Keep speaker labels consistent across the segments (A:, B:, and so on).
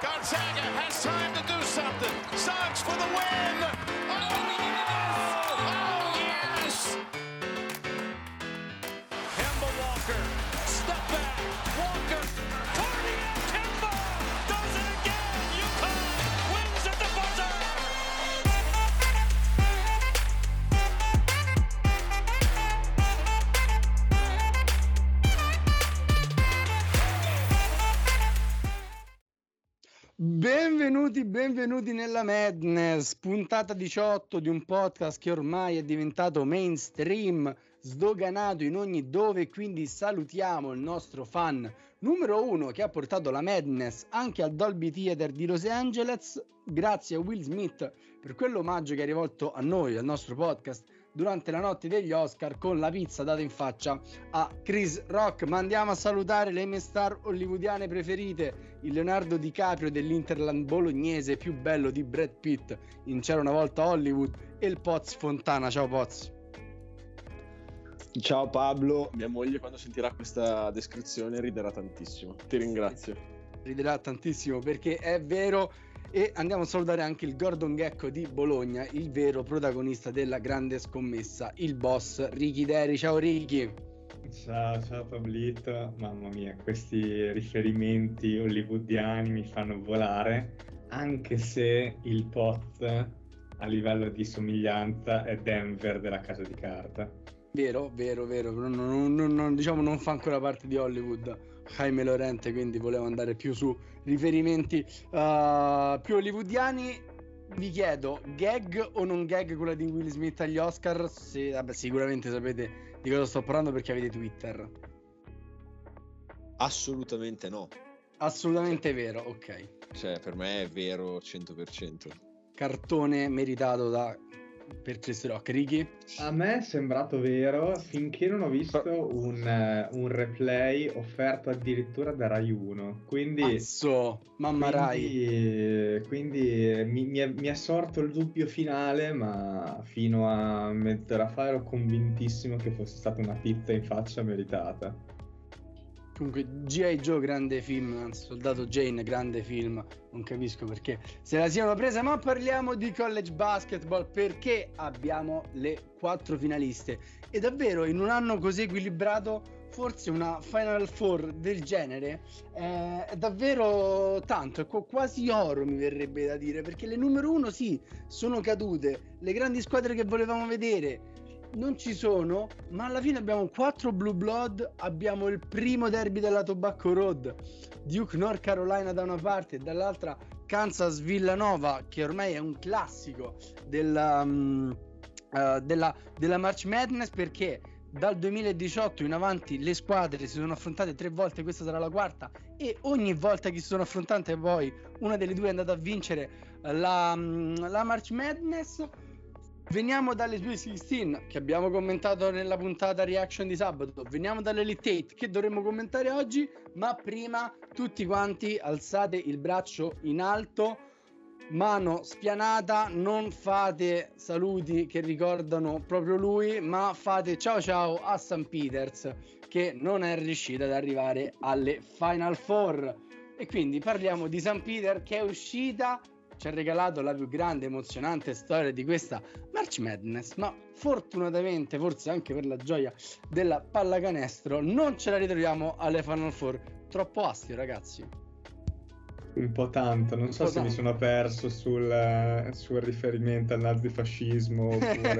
A: Gonzaga has time to do something. Suggs for the win. Oh, yes! Kemba Walker, step back, Walker, Cardiac Kemba does it again. UConn wins at the buzzer.
B: Benvenuti nella Madness, puntata 18 di un podcast che ormai è diventato mainstream, sdoganato in ogni dove, quindi salutiamo il nostro fan numero 1 che ha portato la Madness anche al Dolby Theater di Los Angeles, grazie a Will Smith per quell'omaggio che ha rivolto a noi, al nostro podcast, durante la notte degli Oscar con la pizza data in faccia a Chris Rock. Ma andiamo a salutare le mie star hollywoodiane preferite, il Leonardo DiCaprio dell'Interland bolognese più bello di Brad Pitt in C'era una volta Hollywood, e il Poz Fontana. Ciao Poz.
C: Ciao Pablo, mia moglie quando sentirà questa descrizione riderà tantissimo, ti ringrazio.
B: Riderà tantissimo perché è vero. E andiamo a salutare anche il Gordon Gekko di Bologna, il vero protagonista della grande scommessa, il boss Ricky Deri. Ciao Ricky.
D: Ciao Pablito, mamma mia, questi riferimenti hollywoodiani mi fanno volare, anche se il pot a livello di somiglianza è Denver della Casa di Carta.
B: Vero, non, diciamo, non fa ancora parte di Hollywood Jaime Lorente, quindi volevo andare più su riferimenti più hollywoodiani. Vi chiedo, gag o non gag quella di Will Smith agli Oscar? Sicuramente sapete di cosa sto parlando perché avete Twitter.
C: Assolutamente no.
B: Assolutamente vero, ok.
C: Cioè, per me è vero 100%.
B: Cartone meritato per Chris Rock. Ricky?
D: A me è sembrato vero finché non ho visto un replay offerto addirittura da Rai 1. Quindi Rai. Quindi mi è sorto il dubbio finale, ma fino a mezz'ora fa ero convintissimo che fosse stata una pizza in faccia meritata.
B: Comunque G.I. Joe grande film, anzi Soldato Jane grande film, non capisco perché se la siano presa. Ma parliamo di college basketball perché abbiamo le 4 finaliste e davvero in un anno così equilibrato forse una Final Four del genere è davvero tanto, è quasi oro, mi verrebbe da dire, perché le numero 1 sì, sono cadute, le grandi squadre che volevamo vedere non ci sono, ma alla fine abbiamo 4 Blue Blood, abbiamo il primo derby della Tobacco Road, Duke North Carolina da una parte e dall'altra Kansas Villanova, che ormai è un classico della March Madness, perché dal 2018 in avanti le squadre si sono affrontate 3 volte, questa sarà la quarta, e ogni volta che si sono affrontate poi una delle due è andata a vincere la March Madness. Veniamo dalle Sweet 16 che abbiamo commentato nella puntata reaction di sabato, veniamo dall'Elite 8 che dovremmo commentare oggi, ma prima tutti quanti alzate il braccio in alto, mano spianata, non fate saluti che ricordano proprio lui, ma fate ciao a St. Peters che non è riuscita ad arrivare alle Final Four. E quindi parliamo di St. Peter che è uscita, ci ha regalato la più grande emozionante storia di questa March Madness, ma fortunatamente, forse anche per la gioia della pallacanestro, non ce la ritroviamo alle Final Four. Troppo astio, ragazzi.
D: Un po' tanto, non so se mi sono perso sul riferimento al nazifascismo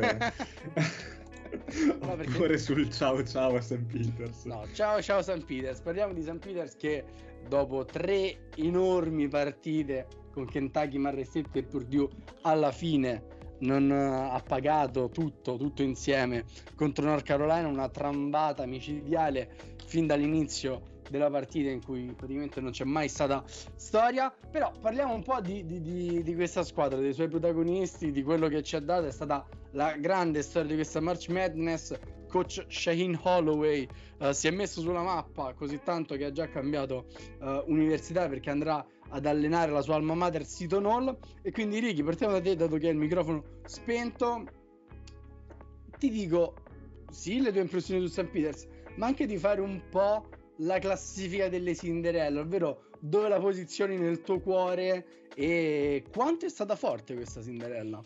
D: oppure sul ciao a St. Peters.
B: No, ciao St. Peters. Parliamo di St. Peters che dopo 3 enormi partite con Kentucky, Murray State e Purdue alla fine non ha pagato tutto insieme contro North Carolina, una trambata micidiale fin dall'inizio della partita in cui praticamente non c'è mai stata storia. Però parliamo un po' di questa squadra, dei suoi protagonisti, di quello che ci ha dato. È stata la grande storia di questa March Madness. Coach Shaheen Holloway si è messo sulla mappa così tanto che ha già cambiato università, perché andrà ad allenare la sua alma mater Seton Hall. E quindi Ricky, partiamo da te, dato che hai il microfono spento. Ti dico sì le tue impressioni su St. Peters, ma anche di fare un po' la classifica delle Cinderella, ovvero dove la posizioni nel tuo cuore e quanto è stata forte questa Cinderella?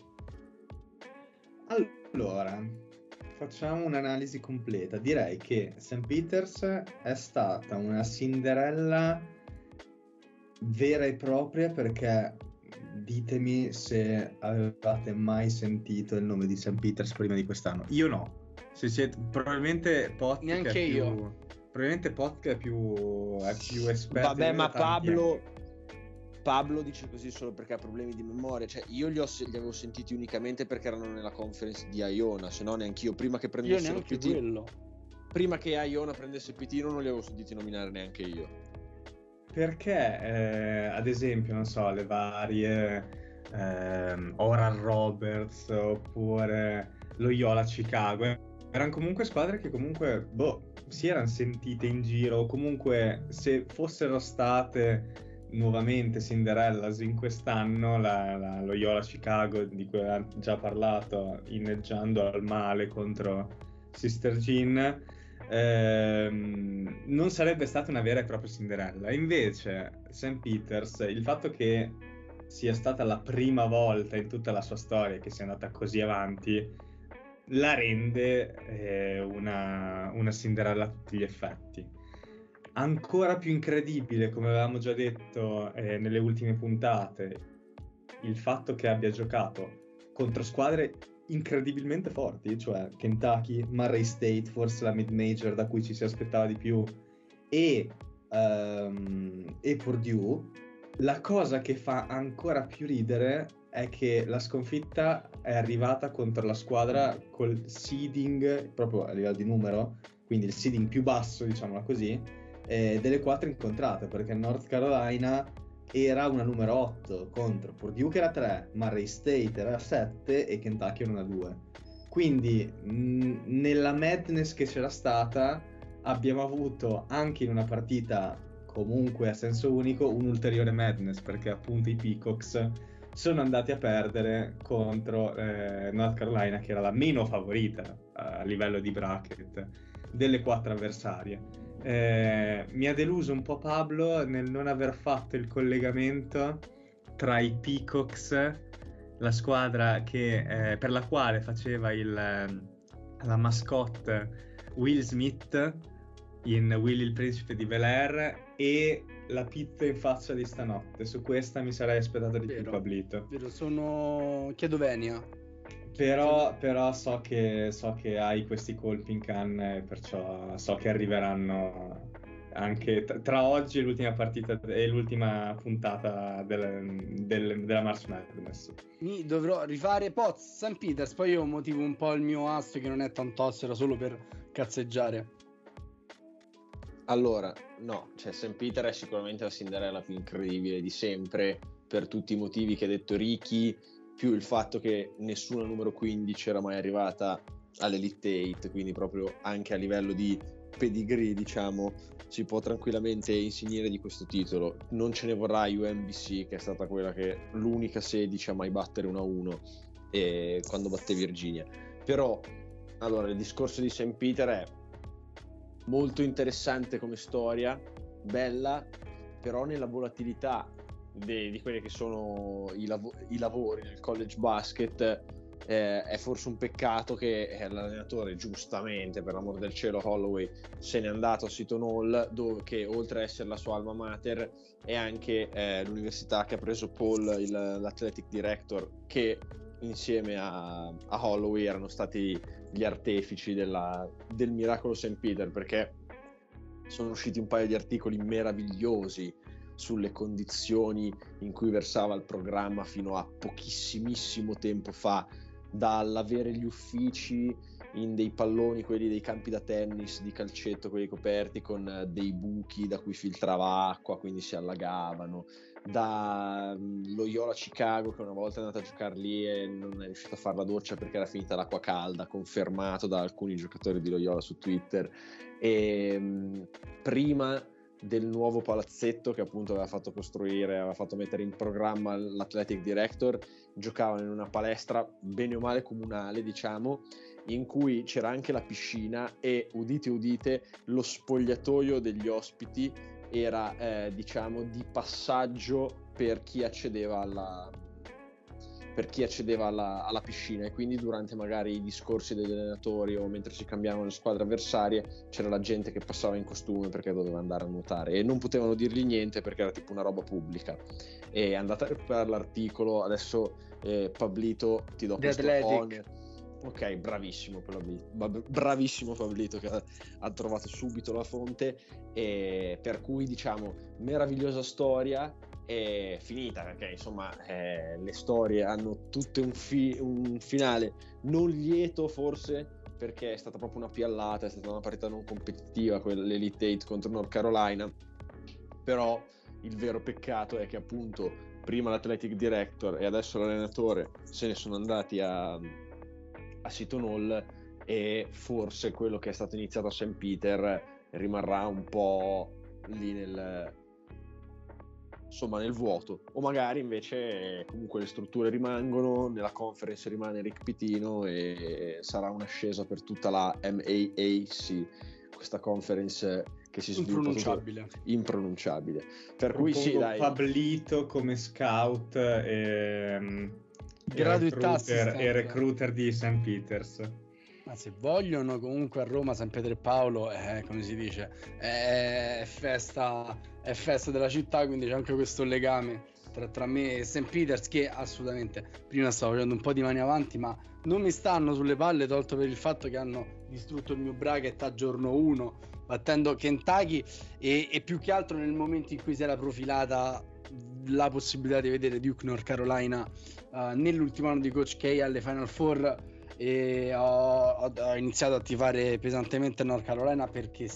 D: Allora, facciamo un'analisi completa. Direi che St. Peters è stata una Cinderella vera e propria, perché ditemi se avevate mai sentito il nome di St. Peters prima di quest'anno. Io no. Se siete probabilmente
B: Neanche io.
D: Probabilmente Pot è più esperto.
C: Vabbè,
D: di
C: ma
D: tanti anni.
C: Pablo dice così solo perché ha problemi di memoria. Cioè, io li avevo sentiti unicamente perché erano nella conference di Iona, se no neanche io. Prima che
B: Io
C: prendessero
B: neanche
C: PT,
B: quello.
C: prima che Iona prendesse PT non li avevo sentiti nominare neanche io.
D: Perché, ad esempio, non so, le varie Oral Roberts oppure Loyola Chicago erano comunque squadre che comunque si erano sentite in giro, o comunque se fossero state nuovamente Cinderellas in quest'anno, la Loyola Chicago di cui abbiamo già parlato, inneggiando al male contro Sister Jean, non sarebbe stata una vera e propria Cinderella. Invece St. Peters, il fatto che sia stata la prima volta in tutta la sua storia che sia andata così avanti la rende una Cinderella a tutti gli effetti. Ancora più incredibile, come avevamo già detto nelle ultime puntate, il fatto che abbia giocato contro squadre incredibilmente forti, cioè Kentucky, Murray State, forse la mid-major da cui ci si aspettava di più, e Purdue. La cosa che fa ancora più ridere è che la sconfitta è arrivata contro la squadra col seeding, proprio a livello di numero, quindi il seeding più basso, diciamola così, delle 4 incontrate, perché North Carolina era una numero 8 contro Purdue che era 3, Murray State era 7 e Kentucky era una 2. Quindi nella madness che c'era stata abbiamo avuto anche in una partita comunque a senso unico un ulteriore madness, perché appunto i Peacocks sono andati a perdere contro North Carolina, che era la meno favorita a livello di bracket delle 4 avversarie. Mi ha deluso un po' Pablo nel non aver fatto il collegamento tra i Peacocks, la squadra che, per la quale faceva la mascotte Will Smith in Willy il principe di Bel-Air, e la pizza in faccia di stanotte. Su questa mi sarei aspettato di più, Pablito.
B: Chiedo venia.
D: Però so che hai questi colpi in canna, e perciò so che arriveranno anche tra oggi e l'ultima partita e l'ultima puntata della March Madness.
B: Mi dovrò rifare Poz, St. Peters, poi io motivo un po' il mio asso che non è tanto asso, era solo per cazzeggiare.
C: Allora, no, cioè St. Peter è sicuramente la Cinderella più incredibile di sempre, per tutti i motivi che ha detto Ricky, più il fatto che nessuna numero 15 era mai arrivata all'Elite 8, quindi proprio anche a livello di pedigree, diciamo, si può tranquillamente insignire di questo titolo. Non ce ne vorrà UMBC, che è stata quella che l'unica 16 a mai battere 1-1 e quando batté Virginia. Però, allora, il discorso di St. Peter è molto interessante come storia, bella, però nella volatilità di quelli che sono i lavori nel college basket è forse un peccato che l'allenatore, giustamente, per l'amor del cielo, Holloway, se n'è andato a Seton Hall, dove che oltre a essere la sua alma mater è anche l'università che ha preso Paul, l'athletic director, che insieme a Holloway erano stati gli artefici del miracolo St. Peter, perché sono usciti un paio di articoli meravigliosi sulle condizioni in cui versava il programma fino a pochissimissimo tempo fa, dall'avere gli uffici in dei palloni, quelli dei campi da tennis, di calcetto, quelli coperti con dei buchi da cui filtrava acqua, quindi si allagavano, da Loyola Chicago, che una volta è andata a giocare lì e non è riuscito a fare la doccia perché era finita l'acqua calda, confermato da alcuni giocatori di Loyola su Twitter, e prima del nuovo palazzetto che appunto aveva fatto costruire, aveva fatto mettere in programma l'athletic director, giocavano in una palestra bene o male comunale, diciamo, in cui c'era anche la piscina e, udite udite, lo spogliatoio degli ospiti era diciamo di passaggio per chi accedeva alla piscina, e quindi durante magari i discorsi degli allenatori o mentre si cambiavano le squadre avversarie c'era la gente che passava in costume perché doveva andare a nuotare e non potevano dirgli niente perché era tipo una roba pubblica. E andate a recuperare l'articolo adesso. Pablito, ti do questo honor. Ok, bravissimo Pablito che ha trovato subito la fonte, e per cui diciamo meravigliosa storia. È finita perché insomma le storie hanno tutte un finale non lieto, forse perché è stata proprio una piallata, è stata una partita non competitiva l'Elite 8 contro North Carolina, però il vero peccato è che appunto prima l'Athletic Director e adesso l'allenatore se ne sono andati a Seton Hall, e forse quello che è stato iniziato a St. Peter rimarrà un po' lì nel vuoto, o magari invece comunque le strutture rimangono, nella conference rimane Rick Pitino e sarà un'ascesa per tutta la MAAC, questa conference che si sviluppa impronunciabile. Per cui sì, dai,
D: Pablito come scout e recruiter di St. Peters.
B: Ma se vogliono comunque a Roma, San Pietro e Paolo, come si dice, è festa della città, quindi c'è anche questo legame tra me e St. Peters, che assolutamente, prima stavo facendo un po' di mani avanti, ma non mi stanno sulle palle, tolto per il fatto che hanno distrutto il mio bracket a giorno 1 battendo Kentucky, e più che altro nel momento in cui si era profilata la possibilità di vedere Duke North Carolina nell'ultimo anno di Coach K alle Final Four, e ho iniziato a tifare pesantemente North Carolina perché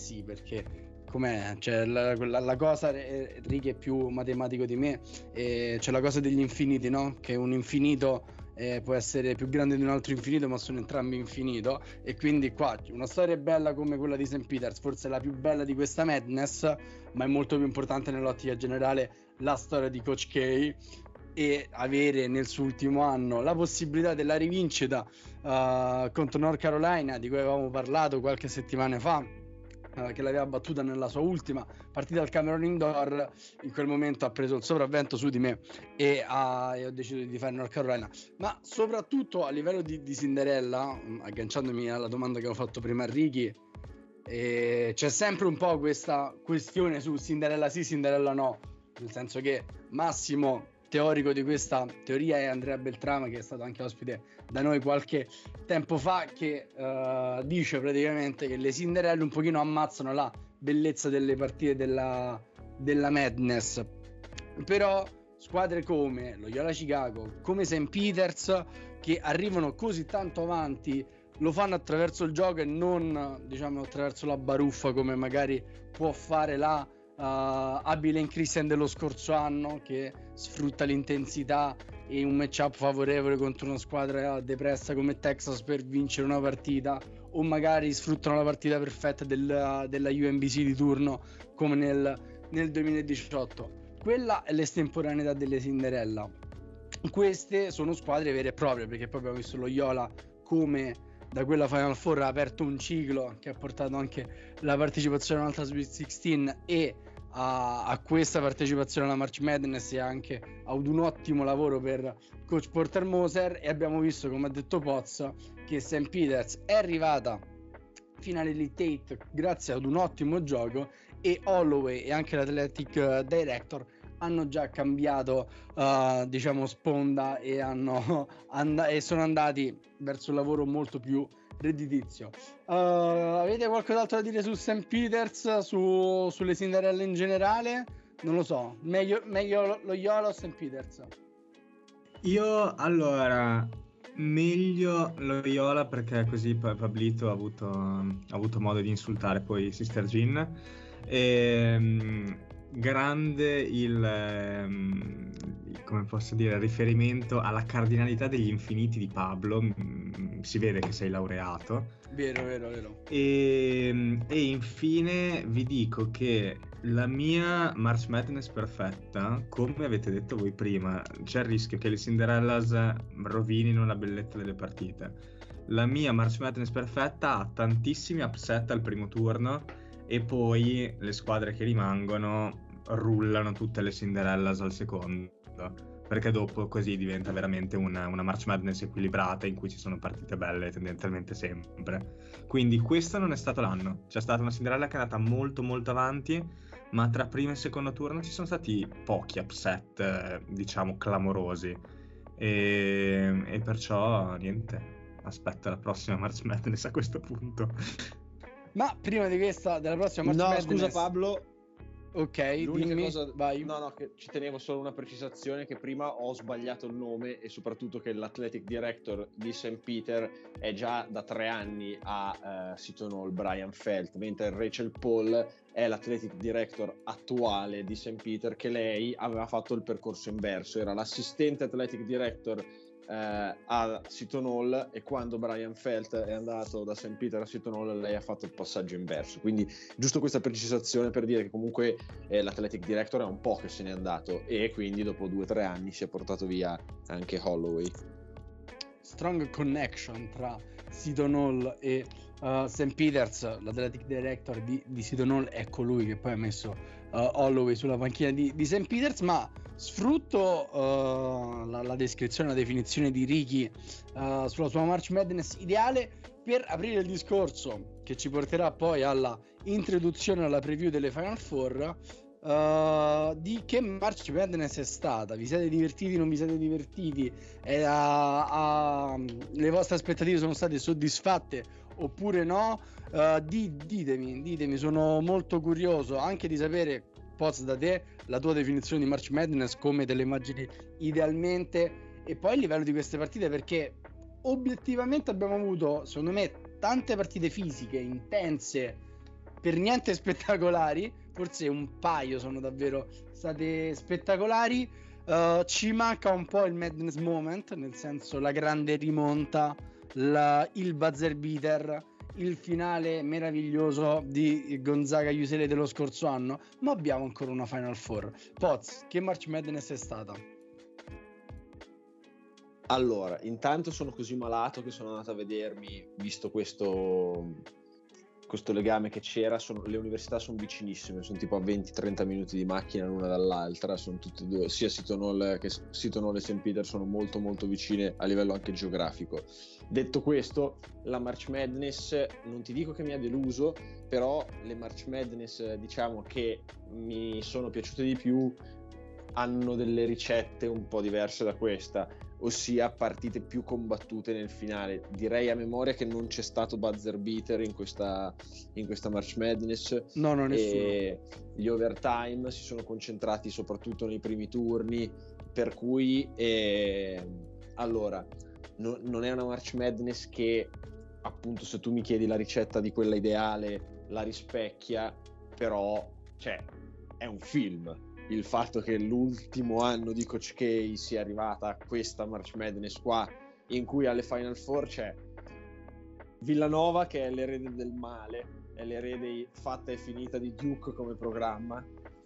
B: com'è, cioè la cosa, Ricky è più matematico di me, c'è la cosa degli infiniti, no? Che un infinito può essere più grande di un altro infinito, ma sono entrambi infinito, e quindi qua una storia bella come quella di St. Peters, forse la più bella di questa Madness, ma è molto più importante nell'ottica generale la storia di Coach K, e avere nel suo ultimo anno la possibilità della rivincita contro North Carolina, di cui avevamo parlato qualche settimana fa, che l'aveva battuta nella sua ultima partita al Cameron Indoor. In quel momento ha preso il sopravvento su di me e ho deciso di fare North Carolina. Ma soprattutto a livello di Cinderella, agganciandomi alla domanda che ho fatto prima a Ricky, c'è sempre un po' questa questione su Cinderella sì, Cinderella no, nel senso che Massimo, teorico di questa teoria, è Andrea Beltrama, che è stato anche ospite da noi qualche tempo fa, che dice praticamente che le Cinderelle un pochino ammazzano la bellezza delle partite della Madness. Però squadre come Loyola Chicago, come St. Peters, che arrivano così tanto avanti, lo fanno attraverso il gioco e non, diciamo, attraverso la baruffa, come magari può fare la Abilene Christian dello scorso anno, che sfrutta l'intensità e un matchup favorevole contro una squadra depressa come Texas per vincere una partita, o magari sfruttano la partita perfetta della UMBC di turno come nel 2018. Quella è l'estemporaneità delle Cinderella. Queste sono squadre vere e proprie, perché poi abbiamo visto Loyola come da quella Final Four ha aperto un ciclo che ha portato anche la partecipazione all'altra Sweet 16 e a questa partecipazione alla March Madness, e anche ad un ottimo lavoro per coach Porter Moser. E abbiamo visto, come ha detto Poz, che St. Peters è arrivata fino all'Elite 8 grazie ad un ottimo gioco, e Holloway e anche l'Athletic Director hanno già cambiato diciamo sponda e sono andati verso un lavoro molto più redditizio. Avete qualcos'altro da dire su St. Peters, sulle Cinderelle in generale? Non lo so, meglio Loyola o St. Peters?
D: Io allora meglio Loyola, perché così Pablito ha avuto modo di insultare poi Sister Jean. Grande come posso dire, riferimento alla cardinalità degli infiniti di Pablo. Si vede che sei laureato.
B: Vero.
D: E infine vi dico che la mia March Madness perfetta, come avete detto voi prima, c'è il rischio che le Cinderellas rovinino la bellezza delle partite. La mia March Madness perfetta ha tantissimi upset al primo turno e poi le squadre che rimangono rullano tutte le Cinderellas al secondo, perché dopo così diventa veramente una March Madness equilibrata in cui ci sono partite belle tendenzialmente sempre. Quindi questo non è stato l'anno, c'è stata una Cinderella che è andata molto molto avanti, ma tra primo e secondo turno ci sono stati pochi upset, diciamo, clamorosi, e perciò niente, aspetta la prossima March Madness a questo punto.
B: Ma prima di questa, della prossima March
C: No,
B: Madness...
C: scusa Pablo.
B: Ok,
C: L'unica
B: dimmi,
C: cosa,
B: vai.
C: no, che ci tenevo solo una precisazione, che prima ho sbagliato il nome e soprattutto che l'athletic director di St. Peter è già da 3 anni a Seton Hall, Brian Felt, mentre Rachel Paul è l'athletic director attuale di St. Peter, che lei aveva fatto il percorso inverso, era l'assistente athletic director a Seton Hall, e quando Brian Felt è andato da St. Peter a Seton Hall lei ha fatto il passaggio inverso. Quindi giusto questa precisazione per dire che comunque l'athletic director è un po' che se n'è andato, e quindi dopo 2 o 3 anni si è portato via anche Holloway.
B: Strong connection tra Seton Hall e St. Peters. L'athletic director di Seton Hall è colui che poi ha messo Holloway sulla panchina di St. Peters. Ma sfrutto la descrizione, la definizione di Ricky sulla sua March Madness ideale per aprire il discorso che ci porterà poi alla introduzione, alla preview delle Final Four. Di che March Madness è stata? Vi siete divertiti? Non vi siete divertiti? Le vostre aspettative sono state soddisfatte oppure no? Ditemi, sono molto curioso anche di sapere, Poz, da te, la tua definizione di March Madness, come te le immagini idealmente, e poi il livello di queste partite, perché obiettivamente abbiamo avuto, secondo me, tante partite fisiche intense, per niente spettacolari. Forse un paio sono davvero state spettacolari. Ci manca un po' il Madness moment, nel senso la grande rimonta, il buzzer beater, il finale meraviglioso di Gonzaga UCLA dello scorso anno, ma abbiamo ancora una Final Four. Poz, che March Madness è stata?
C: Allora, intanto sono così malato che sono andato a vedermi, visto questo legame che c'era, le università sono vicinissime, sono tipo a 20-30 minuti di macchina l'una dall'altra, sono tutte e due, sia Seton Hall che Seton Hall e St. Peter sono molto molto vicine a livello anche geografico. Detto questo, la March Madness non ti dico che mi ha deluso, però le March Madness, diciamo, che mi sono piaciute di più hanno delle ricette un po' diverse da questa, ossia partite più combattute nel finale. Direi a memoria che non c'è stato buzzer beater in questa March Madness.
B: No, nessuno.
C: E gli overtime si sono concentrati soprattutto nei primi turni, per cui allora non è una March Madness che, appunto, se tu mi chiedi la ricetta di quella ideale, la rispecchia, però è un film. Il fatto che l'ultimo anno di Coach K sia arrivata a questa March Madness qua, in cui alle Final Four c'è Villanova, che è l'erede del male, è l'erede fatta e finita di Duke come programma,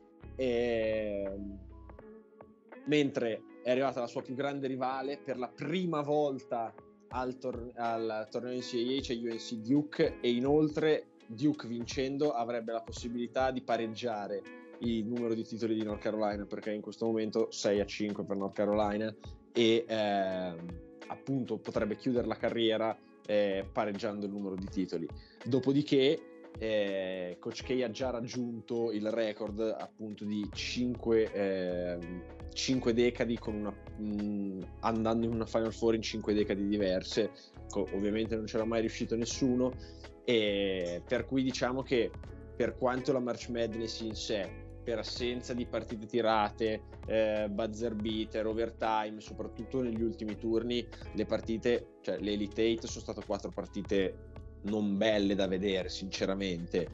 C: mentre è arrivata la sua più grande rivale per la prima volta al torneo NCAA, c'è UNC Duke, e inoltre Duke vincendo avrebbe la possibilità di pareggiare il numero di titoli di North Carolina, perché in questo momento 6-5 per North Carolina, e appunto potrebbe chiudere la carriera pareggiando il numero di titoli. Dopodiché Coach K ha già raggiunto il record, appunto, di 5 decadi andando in una Final Four in 5 decadi diverse. Ovviamente non c'era mai riuscito nessuno, e per cui diciamo che, per quanto la March Madness in sé, per assenza di partite tirate, buzzer beater, overtime, soprattutto negli ultimi turni, le partite, cioè le Elite Eight, sono state 4 partite non belle da vedere, sinceramente,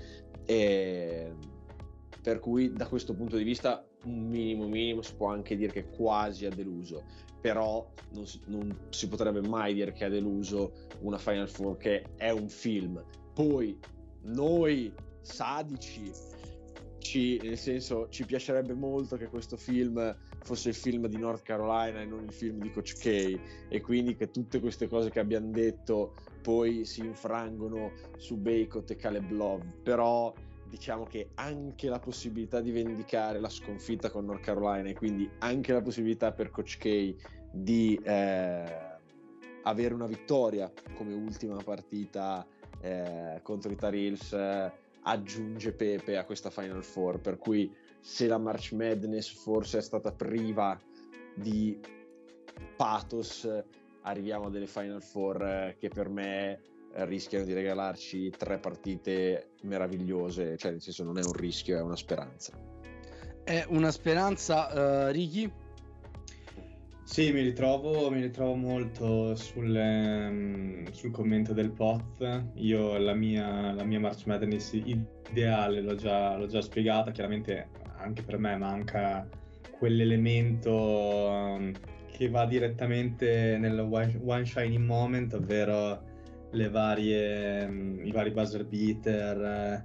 C: per cui da questo punto di vista un minimo si può anche dire che quasi ha deluso, però non si potrebbe mai dire che ha deluso una Final Four, che è un film. Poi noi sadici, nel senso, ci piacerebbe molto che questo film fosse il film di North Carolina e non il film di Coach K, e quindi che tutte queste cose che abbiamo detto poi si infrangono su Bacot e Caleb Love, però diciamo che anche la possibilità di vendicare la sconfitta con North Carolina e quindi anche la possibilità per Coach K di avere una vittoria come ultima partita contro i Tar Heels aggiunge pepe a questa Final Four, per cui se la March Madness forse è stata priva di pathos, arriviamo a delle Final Four che per me rischiano di regalarci 3 partite meravigliose, cioè nel senso non è un rischio, è una speranza.
B: È una speranza, Ricky?
D: Sì, mi ritrovo molto sul commento del Pot. Io la mia March Madness ideale l'ho già spiegata, chiaramente anche per me manca quell'elemento che va direttamente nel one shining moment, ovvero i vari buzzer beater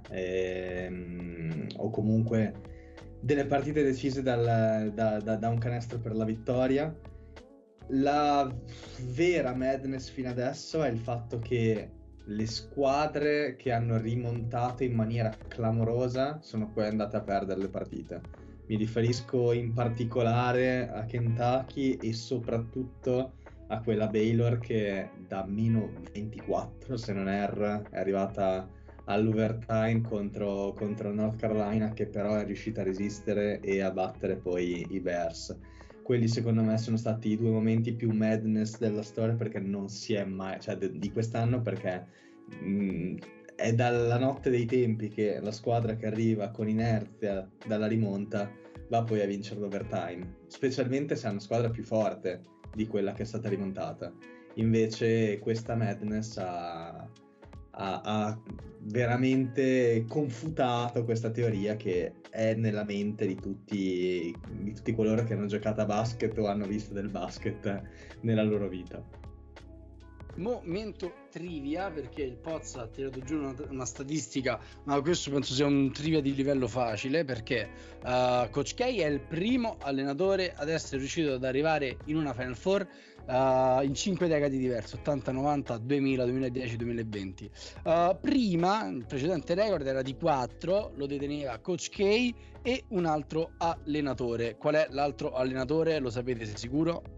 D: o comunque delle partite decise da un canestro per la vittoria. La vera madness fino adesso è il fatto che le squadre che hanno rimontato in maniera clamorosa sono poi andate a perdere le partite. Mi riferisco in particolare a Kentucky e soprattutto a quella Baylor che da meno 24, se non erro, è arrivata all'overtime contro North Carolina, che però è riuscita a resistere e a battere poi i Bears. Quelli secondo me sono stati i 2 momenti più madness della storia, perché non si è mai, cioè di quest'anno, perché è dalla notte dei tempi che la squadra che arriva con inerzia dalla rimonta va poi a vincere l'overtime, specialmente se è una squadra più forte di quella che è stata rimontata. Invece questa madness ha veramente confutato questa teoria che è nella mente di tutti coloro che hanno giocato a basket o hanno visto del basket nella loro vita.
B: Momento trivia, perché il Poz ha tirato giù una statistica, ma questo penso sia un trivia di livello facile, perché Coach K è il primo allenatore ad essere riuscito ad arrivare in una Final Four in 5 decadi diverse, 80, 90, 2000, 2010, 2020. Prima il precedente record era di 4, lo deteneva Coach K e un altro allenatore. Qual è l'altro allenatore? Lo sapete sicuro?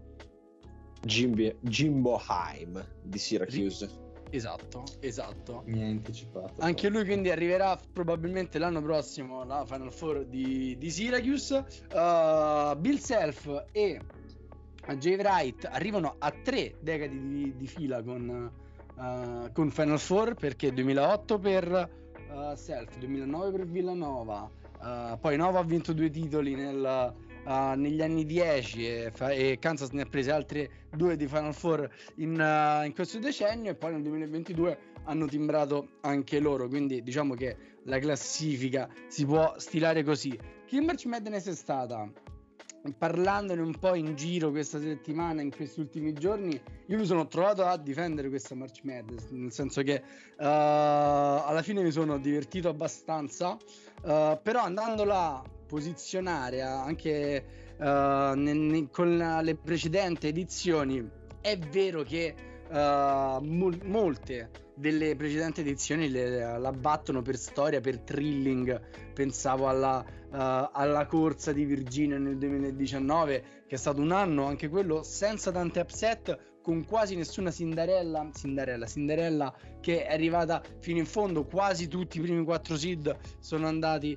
C: Jimbo Haim di Syracuse.
B: Esatto.
D: Mi ha anticipato.
B: Anche lui quindi arriverà probabilmente l'anno prossimo alla Final Four di Syracuse. Bill Self e Jay Wright arrivano a 3 decadi di fila con Final Four, perché 2008 per Self, 2009 per Villanova, poi Nova ha vinto 2 titoli negli anni 10 e Kansas ne ha prese altre 2 di Final Four in questo decennio, e poi nel 2022 hanno timbrato anche loro, quindi diciamo che la classifica si può stilare così. Che March Madness è stata? Parlandone un po' in giro questa settimana, in questi ultimi giorni, io mi sono trovato a difendere questa March Madness, nel senso che alla fine mi sono divertito abbastanza, però andandola a posizionare anche con le precedenti edizioni, è vero che molte delle precedenti edizioni la battono per storia, per thrilling. Pensavo alla corsa di Virginia nel 2019, che è stato un anno anche quello senza tante upset, con quasi nessuna Cinderella che è arrivata fino in fondo. Quasi tutti i primi 4 seed sono andati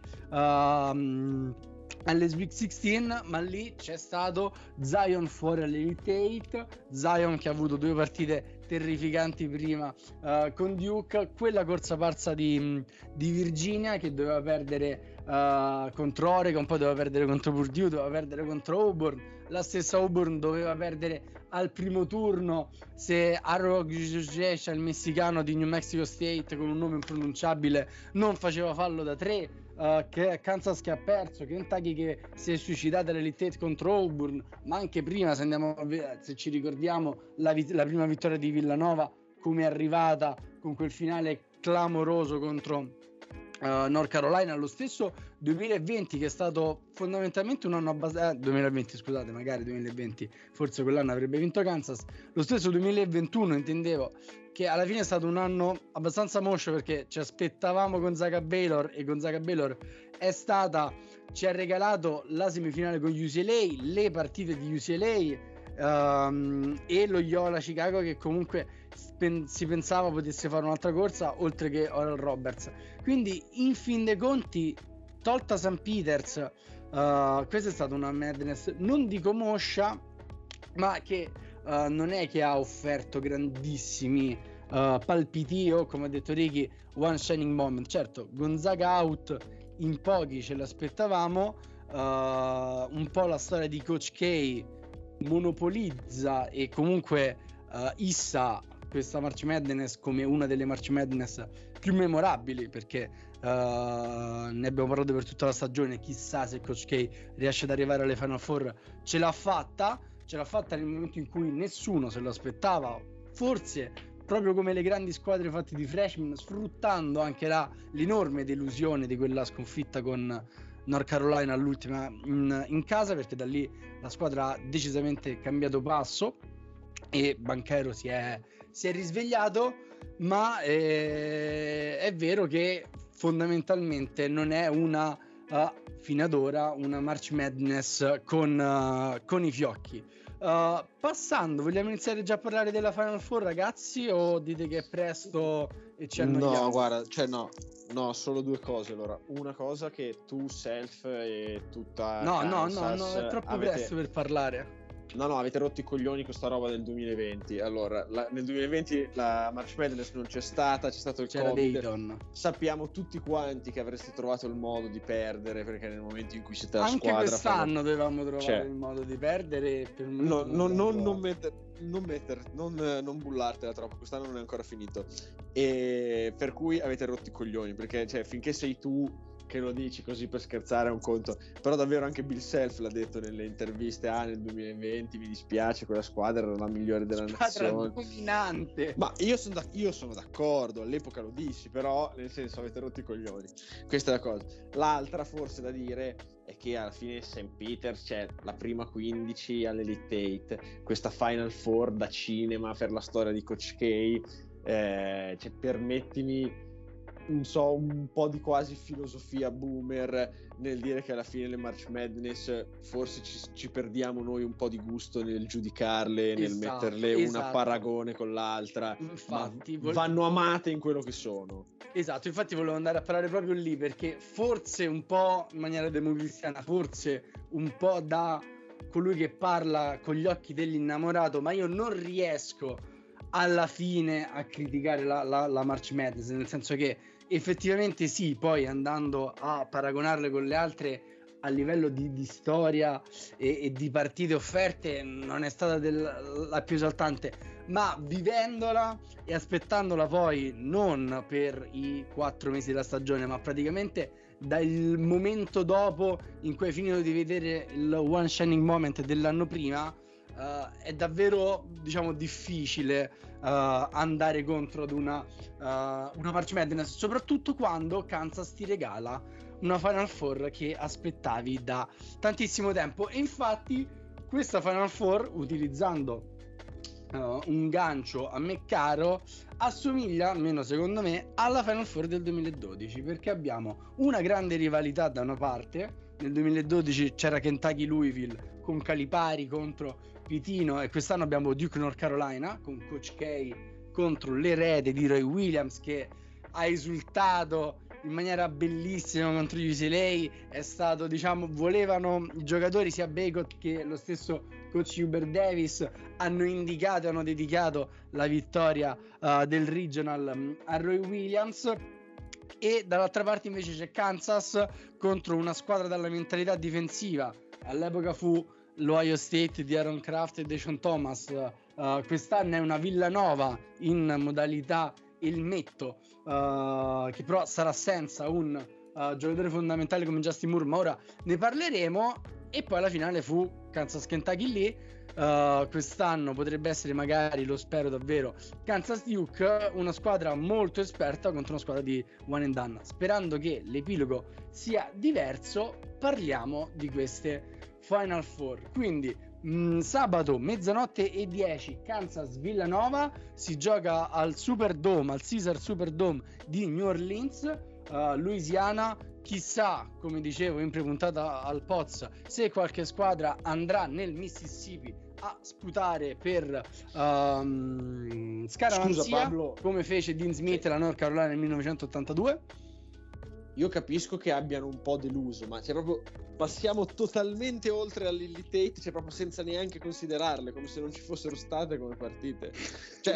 B: alle Big 16, ma lì c'è stato Zion fuori all'Elite 8, Zion che ha avuto 2 partite terrificanti prima con Duke, quella corsa parsa di Virginia che doveva perdere contro Oregon, poi doveva perdere contro Purdue, doveva perdere contro Auburn, la stessa Auburn doveva perdere al primo turno se Arroyo-Gurgel, il messicano di New Mexico State con un nome impronunciabile, non faceva fallo da 3, che Kansas che ha perso, Kentucky che si è suicidata all'Elite 8 contro Auburn, ma anche prima, se ci ricordiamo la prima vittoria di Villanova come è arrivata con quel finale clamoroso contro North Carolina, lo stesso 2020 che è stato fondamentalmente un anno abbastanza 2020 scusate, magari 2020 forse quell'anno avrebbe vinto Kansas, lo stesso 2021 intendevo, che alla fine è stato un anno abbastanza moscio perché ci aspettavamo Gonzaga Baylor e Gonzaga Baylor ci ha regalato la semifinale con UCLA, le partite di UCLA e lo Loyola Chicago che comunque si pensava potesse fare un'altra corsa oltre che Oral Roberts. Quindi in fin dei conti, tolta St. Peters, questa è stata una madness, non dico moscia, ma che non è che ha offerto grandissimi palpiti o, come ha detto Ricky, one shining moment. Certo, Gonzaga out, in pochi ce l'aspettavamo, un po' la storia di Coach K monopolizza e comunque issa questa March Madness come una delle March Madness più memorabili, perché ne abbiamo parlato per tutta la stagione. Chissà se Coach K riesce ad arrivare alle Final Four. Ce l'ha fatta nel momento in cui nessuno se lo aspettava, forse proprio come le grandi squadre fatte di freshman, sfruttando anche l'enorme delusione di quella sconfitta con North Carolina all'ultima in casa, perché da lì la squadra ha decisamente cambiato passo e Banchero si è risvegliato, ma è vero che fondamentalmente non è fino ad ora una March Madness con i fiocchi. Passando, vogliamo iniziare già a parlare della Final Four, ragazzi, o dite che è presto e ci annoiamo?
C: No, guarda, no, solo due cose. Allora, una cosa che tu, Self e tutta
B: no,
C: Kansas
B: è troppo presto per parlare.
C: No, avete rotto i coglioni con sta roba del 2020. Allora, nel 2020 la March Madness non c'è stato il Covid.
B: Dayton.
C: Sappiamo tutti quanti che avreste trovato il modo di perdere, perché nel momento in cui siete la
B: anche
C: squadra
B: quest'anno dovevamo trovare il modo di perdere. Per
C: non bullartela troppo, quest'anno non è ancora finito, e per cui avete rotto i coglioni, perché finché sei tu che lo dici così per scherzare è un conto, però davvero anche Bill Self l'ha detto nelle interviste, nel 2020 mi dispiace, quella squadra era la migliore della nazione,
B: dominante.
C: Ma io sono d'accordo, all'epoca lo dissi, però nel senso avete rotto i coglioni, questa è la cosa. L'altra forse da dire è che alla fine St. Peters c'è la prima 15 all'Elite 8, questa Final Four da cinema per la storia di Coach K, permettimi, non so, un po' di quasi filosofia boomer nel dire che alla fine le March Madness forse ci perdiamo noi un po' di gusto nel giudicarle, nel metterle una paragone con l'altra. Infatti vanno amate in quello che sono.
B: Esatto, infatti volevo andare a parlare proprio lì, perché forse un po' in maniera democristiana, forse un po' da colui che parla con gli occhi dell'innamorato, ma io non riesco alla fine a criticare la March Madness, nel senso che effettivamente sì, poi andando a paragonarle con le altre a livello di storia e di partite offerte non è stata la più esaltante, ma vivendola e aspettandola poi non per i 4 mesi della stagione, ma praticamente dal momento dopo in cui hai finito di vedere il one shining moment dell'anno prima, è davvero, diciamo, difficile andare contro ad una March Madness, soprattutto quando Kansas ti regala una Final Four che aspettavi da tantissimo tempo. E infatti questa Final Four, utilizzando un gancio a me caro, assomiglia, almeno secondo me, alla Final Four del 2012, perché abbiamo una grande rivalità da una parte. Nel 2012 c'era Kentucky Louisville con Calipari contro Pitino, e quest'anno abbiamo Duke North Carolina con Coach K contro l'erede di Roy Williams, che ha esultato in maniera bellissima contro UCLA. È stato, diciamo, volevano i giocatori, sia Bacot che lo stesso coach Hubert Davis hanno dedicato la vittoria del regional a Roy Williams. E dall'altra parte invece c'è Kansas contro una squadra dalla mentalità difensiva. All'epoca fu l'Ohio State di Aaron Craft e Deshaun Thomas, quest'anno è una Villanova in modalità elmetto, che però sarà senza un giocatori fondamentali come Justin Moore, ma ora ne parleremo. E poi la finale fu Kansas-Kentucky lì. Quest'anno potrebbe essere, magari, lo spero davvero, Kansas-Duke, una squadra molto esperta contro una squadra di one and done. Sperando che l'epilogo sia diverso, parliamo di queste Final Four. Quindi sabato 00:10 Kansas-Villanova, si gioca al Superdome, al Caesars Superdome di New Orleans, Louisiana. Chissà, come dicevo in prepuntata al Poz, se qualche squadra andrà nel Mississippi a sputare per scaramanzia, come fece Dean Smith e la North Carolina nel 1982.
C: Io capisco che abbiano un po' deluso, ma c'è proprio, passiamo totalmente oltre all'Elite Eight, cioè proprio senza neanche considerarle, come se non ci fossero state come partite. Cioè,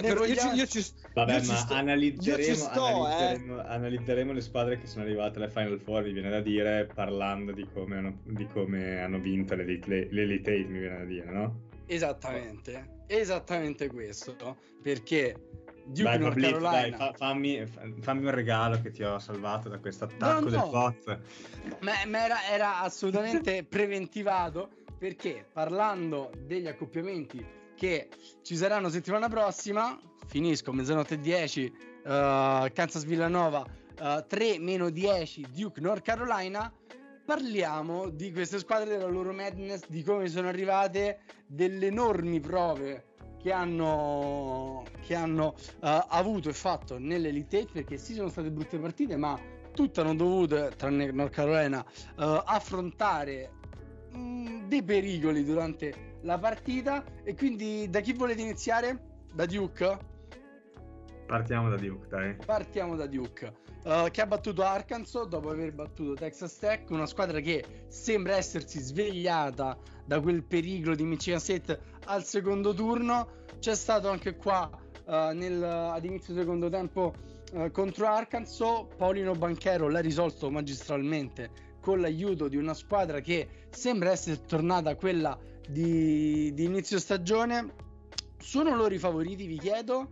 D: analizzeremo le squadre che sono arrivate alle Final Four, mi viene da dire, parlando di come hanno vinto l'Elite Eight, mi viene da dire, no?
B: Esattamente questo, perché Duke,
D: dai,
B: North Carolina.
D: Dai, fammi un regalo che ti ho salvato da questo attacco del bot.
B: Ma era assolutamente preventivato, perché parlando degli accoppiamenti che ci saranno settimana prossima, finisco 00:10 Kansas-Villanova, 3-10 Duke, North Carolina. Parliamo di queste squadre, della loro madness, di come sono arrivate, delle enormi prove che hanno avuto e fatto nell'Elite Eight, perché sì, sono state brutte partite, ma tutte hanno dovuto, tranne North Carolina, affrontare dei pericoli durante la partita. E quindi da chi volete iniziare? Da Duke?
D: Partiamo da Duke, dai.
B: Che ha battuto Arkansas dopo aver battuto Texas Tech, una squadra che sembra essersi svegliata da quel pericolo di Michigan State al secondo turno. C'è stato anche qua ad inizio secondo tempo contro Arkansas, Paolino Banchero l'ha risolto magistralmente con l'aiuto di una squadra che sembra essere tornata a quella di inizio stagione. Sono loro i favoriti, vi chiedo?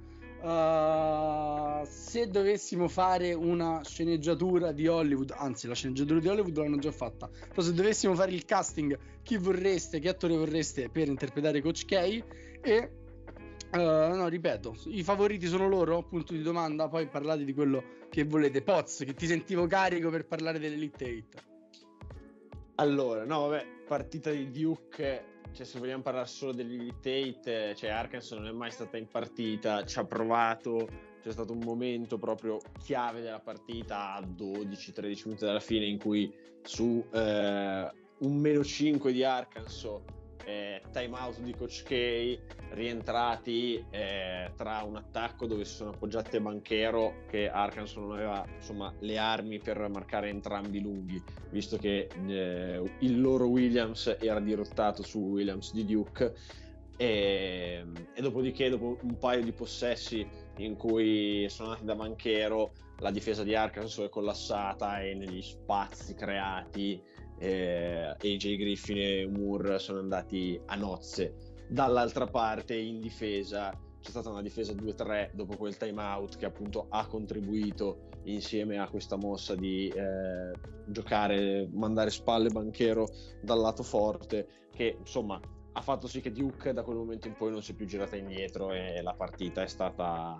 B: Se dovessimo fare una sceneggiatura di Hollywood, anzi la sceneggiatura di Hollywood l'hanno già fatta, però se dovessimo fare il casting, che attore vorreste per interpretare Coach K? E no, ripeto, i favoriti sono loro? Punto di domanda. Poi parlate di quello che volete. Poz, che ti sentivo carico per parlare dell'Elite Eight.
C: Allora, no, vabbè, partita di Duke. Cioè, se vogliamo parlare solo dell'Elite Eight, cioè Arkansas non è mai stata in partita, ci ha provato, c'è stato un momento proprio chiave della partita a 12-13 minuti dalla fine in cui su un -5 di Arkansas, time out di Coach K, rientrati tra un attacco dove si sono appoggiati a Banchero, che Arkansas non aveva, insomma, le armi per marcare entrambi lunghi, visto che il loro Williams era dirottato su Williams di Duke, e dopodiché, dopo un paio di possessi in cui sono andati da Banchero, la difesa di Arkansas è collassata e negli spazi creati AJ Griffin e Moore sono andati a nozze. Dall'altra parte, in difesa, c'è stata una difesa 2-3 dopo quel time out, che appunto ha contribuito, insieme a questa mossa di mandare spalle Banchero dal lato forte, che insomma ha fatto sì che Duke da quel momento in poi non si è più girata indietro, e la partita è stata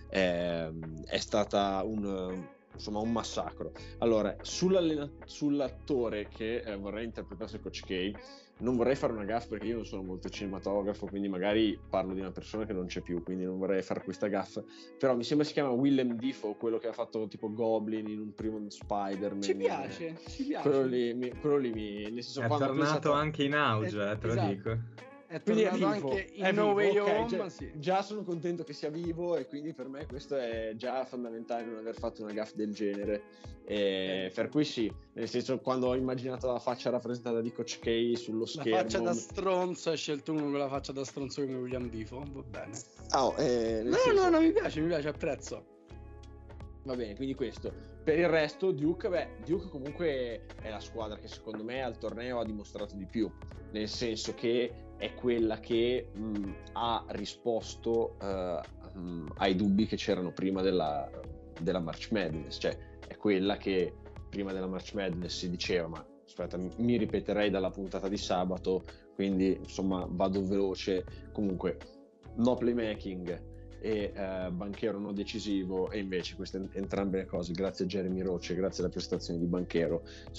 C: un massacro. Allora, sull'attore che vorrei interpretasse Coach K, non vorrei fare una gaffe, perché io non sono molto cinematografo, quindi magari parlo di una persona che non c'è più, quindi non vorrei fare questa gaffe, però mi sembra si chiama Willem Dafoe, quello che ha fatto tipo Goblin in un primo Spider-Man.
B: Ci piace.
C: Quello lì nel senso,
D: è tornato anche in auge, te lo dico.
B: È tornato anche in No Way Home,
C: già sono contento che sia vivo, e quindi per me questo è già fondamentale, non aver fatto una gaffe del genere, per cui sì, nel senso, quando ho immaginato la faccia rappresentata di Coach K sullo schermo,
B: la faccia da stronzo, hai scelto uno con la faccia da stronzo come William Dafoe, va bene. No, mi piace, apprezzo.
C: Va bene, quindi questo. Per il resto Duke comunque è la squadra che secondo me al torneo ha dimostrato di più, nel senso che è quella che ha risposto ai dubbi che c'erano prima della March Madness, cioè è quella che prima della March Madness si diceva, ma aspetta, mi ripeterei dalla puntata di sabato, quindi insomma vado veloce. Comunque no playmaking e Banchero non decisivo, e invece queste entrambe le cose, grazie a Jeremy Roach e grazie alla prestazione di Banchero,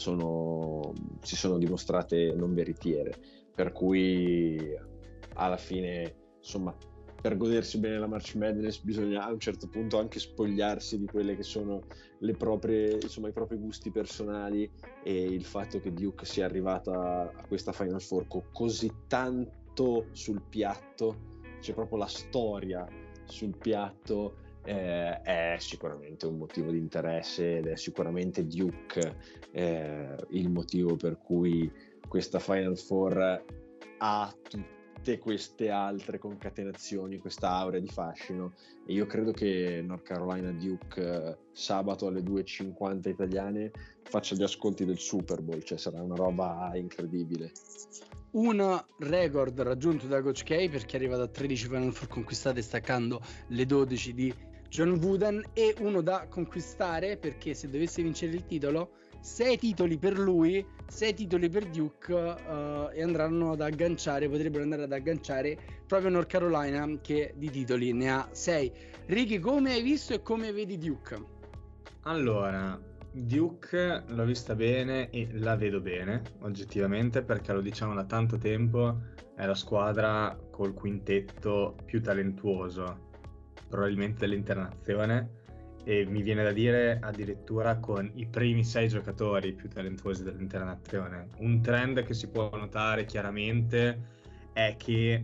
C: si sono dimostrate non veritiere, per cui alla fine insomma per godersi bene la March Madness bisogna a un certo punto anche spogliarsi di quelle che sono i propri gusti personali, e il fatto che Duke sia arrivata a questa Final Four con così tanto sul piatto, c'è proprio la storia sul piatto, è sicuramente un motivo di interesse, ed è sicuramente Duke il motivo per cui questa Final Four ha tutte queste altre concatenazioni, questa aurea di fascino. E io credo che North Carolina Duke sabato alle 2:50 italiane faccia gli ascolti del Super Bowl, cioè sarà una roba incredibile.
B: Un record raggiunto da Coach K, perché arriva da 13 Final Four conquistate, staccando le 12 di John Wooden, e uno da conquistare, perché se dovesse vincere il titolo, 6 titoli per lui, 6 titoli per Duke, e potrebbero andare ad agganciare proprio North Carolina, che di titoli ne ha 6. Ricky, come hai visto e come vedi Duke?
D: Allora, Duke l'ho vista bene e la vedo bene oggettivamente, perché lo diciamo da tanto tempo, è la squadra col quintetto più talentuoso probabilmente dell'intera nazione, e mi viene da dire addirittura con i primi 6 giocatori più talentuosi dell'intera nazione. Un trend che si può notare chiaramente è che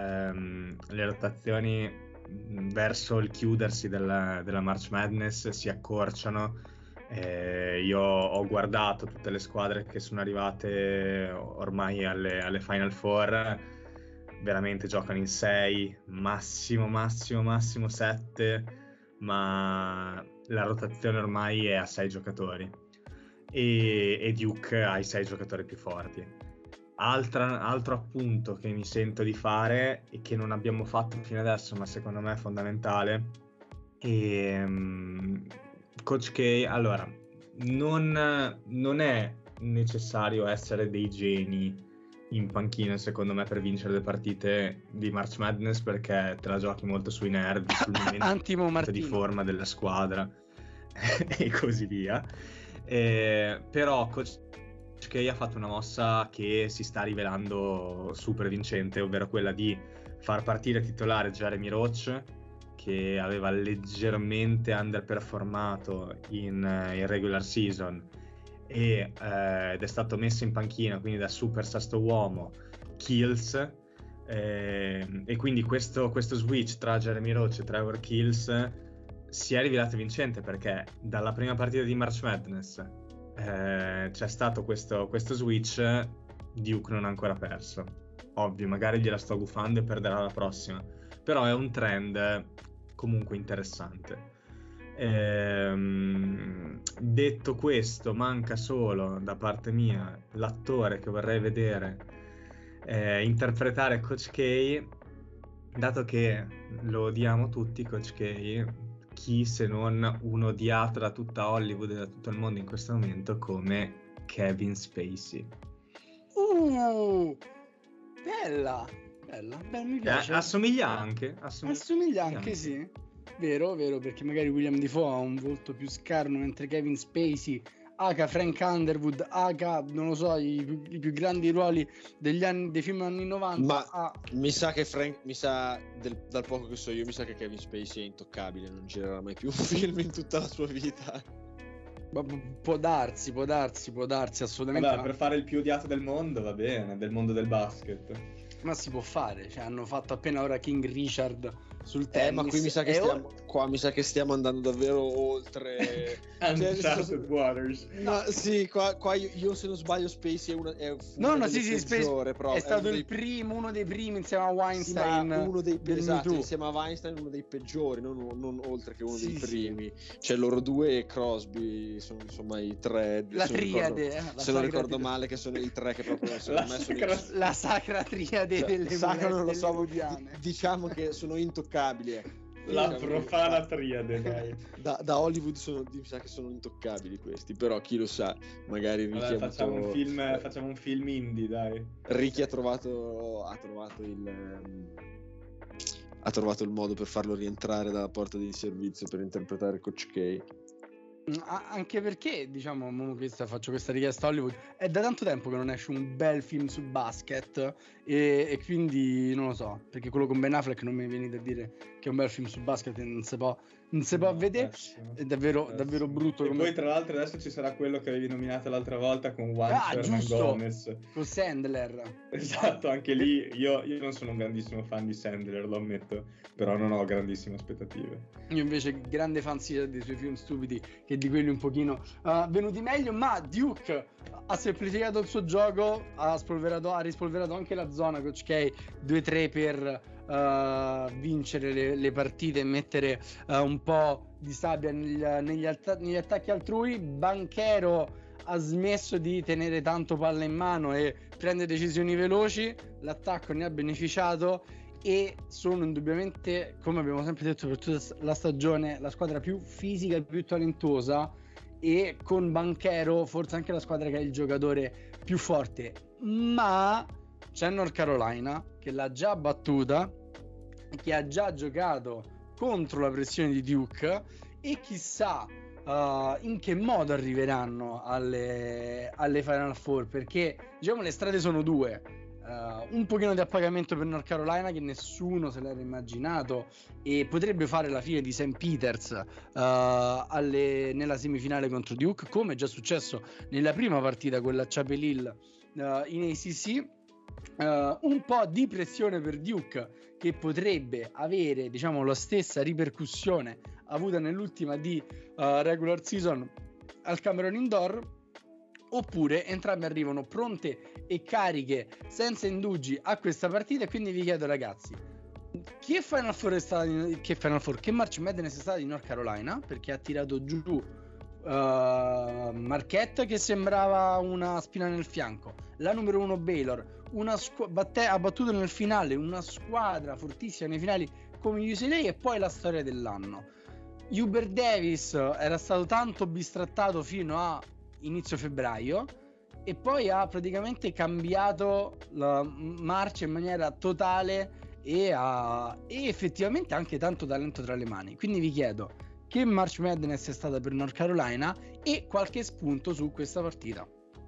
D: le rotazioni verso il chiudersi della March Madness si accorciano. Io ho guardato tutte le squadre che sono arrivate ormai alle Final Four, veramente giocano in 6, massimo 7, ma la rotazione ormai è a 6 giocatori e Duke ha i 6 giocatori più forti. Altro appunto che mi sento di fare e che non abbiamo fatto fino adesso, ma secondo me è fondamentale, Coach K, allora, non è necessario essere dei geni in panchina, secondo me, per vincere le partite di March Madness, perché te la giochi molto sui nervi, sul momento di forma della squadra e così via. Però Coach K ha fatto una mossa che si sta rivelando super vincente, ovvero quella di far partire titolare Jeremy Roach, che aveva leggermente underperformato in regular season, ed è stato messo in panchina, quindi da super sesto uomo, Kills, e quindi questo switch tra Jeremy Roach e Trevor Kills si è rivelato vincente, perché dalla prima partita di March Madness c'è stato questo switch. Duke non ha ancora perso, ovvio, magari gliela sto gufando e perderà la prossima, però è un trend comunque interessante. Detto questo, manca solo da parte mia l'attore che vorrei vedere interpretare Coach K, dato che lo odiamo tutti Coach K, chi se non un odiato da tutta Hollywood e da tutto il mondo in questo momento come Kevin Spacey.
B: Bella, mi piace.
D: Assomiglia anche,
B: sì. Vero, perché magari William Dafoe ha un volto più scarno, mentre Kevin Spacey, aka Frank Underwood, aka non lo so, i più grandi ruoli dei film anni 90.
C: Ma mi sa che dal poco che so io, mi sa che Kevin Spacey è intoccabile, non girerà mai più un film in tutta la sua vita.
B: Può darsi assolutamente.
D: Vabbè, per fare il più odiato del mondo va bene, del mondo del basket.
B: Ma si può fare, cioè hanno fatto appena ora King Richard sul tennis.
C: Ma qui mi sa che stiamo andando davvero oltre
D: Uncharted Waters.
C: No, sì, qua io se non sbaglio Spacey è peggiore,
B: è stato uno dei primi insieme a Weinstein,
C: insieme a Weinstein uno dei peggiori, non oltre che uno dei primi. Cioè loro due e Crosby sono insomma i tre,
B: la triade,
C: se non ricordo male, che sono i tre che proprio
B: la sacra triade delle
C: non lo so, diciamo che sono intoccabili.
D: La profana triade, dai.
C: Da Hollywood mi sa che sono intoccabili questi, però chi lo sa, magari Ricky
D: Vabbè, facciamo un film indie, dai.
C: Ricky ha trovato il modo per farlo rientrare dalla porta di servizio per interpretare Coach K.
B: Anche perché, diciamo, faccio questa richiesta a Hollywood, è da tanto tempo che non esce un bel film su basket e quindi non lo so, perché quello con Ben Affleck non mi venite a dire che è un bel film su basket e non si può vedere, è davvero brutto.
D: E poi tra l'altro adesso ci sarà quello che avevi nominato l'altra volta con Juan Gomez,
B: con Sandler.
D: Esatto, anche lì io non sono un grandissimo fan di Sandler, lo ammetto, però non ho grandissime aspettative.
B: Io invece grande fan sia dei suoi film stupidi che di quelli un pochino venuti meglio, ma Duke ha semplificato il suo gioco, ha rispolverato anche la zona Coach K 2-3 per vincere le partite e mettere un po' di sabbia negli attacchi altrui. Banchero ha smesso di tenere tanto palla in mano e prende decisioni veloci, l'attacco ne ha beneficiato e sono indubbiamente, come abbiamo sempre detto per tutta la stagione, la squadra più fisica e più talentuosa, e con Banchero forse anche la squadra che ha il giocatore più forte. Ma c'è North Carolina che l'ha già battuta, che ha già giocato contro la pressione di Duke, e chissà in che modo arriveranno alle Final Four, perché diciamo le strade sono due. Un pochino di appagamento per North Carolina, che nessuno se l'era immaginato e potrebbe fare la fine di St. Peters nella semifinale contro Duke, come è già successo nella prima partita, quella a Chapel Hill in ACC. Un po' di pressione per Duke, che potrebbe avere, diciamo, la stessa ripercussione avuta nell'ultima di regular season al Cameron Indoor. Oppure entrambe arrivano pronte e cariche, senza indugi, a questa partita. E quindi vi chiedo, ragazzi, che March Madness è stata di North Carolina, perché ha tirato giù Marquette, che sembrava una spina nel fianco, la numero 1 Baylor, ha battuto nel finale una squadra fortissima nei finali come UCLA, e poi la storia dell'anno. Hubert Davis era stato tanto bistrattato fino a inizio febbraio e poi ha praticamente cambiato la marcia in maniera totale e ha effettivamente anche tanto talento tra le mani. Quindi vi chiedo che March Madness è stata per North Carolina e qualche spunto su questa partita.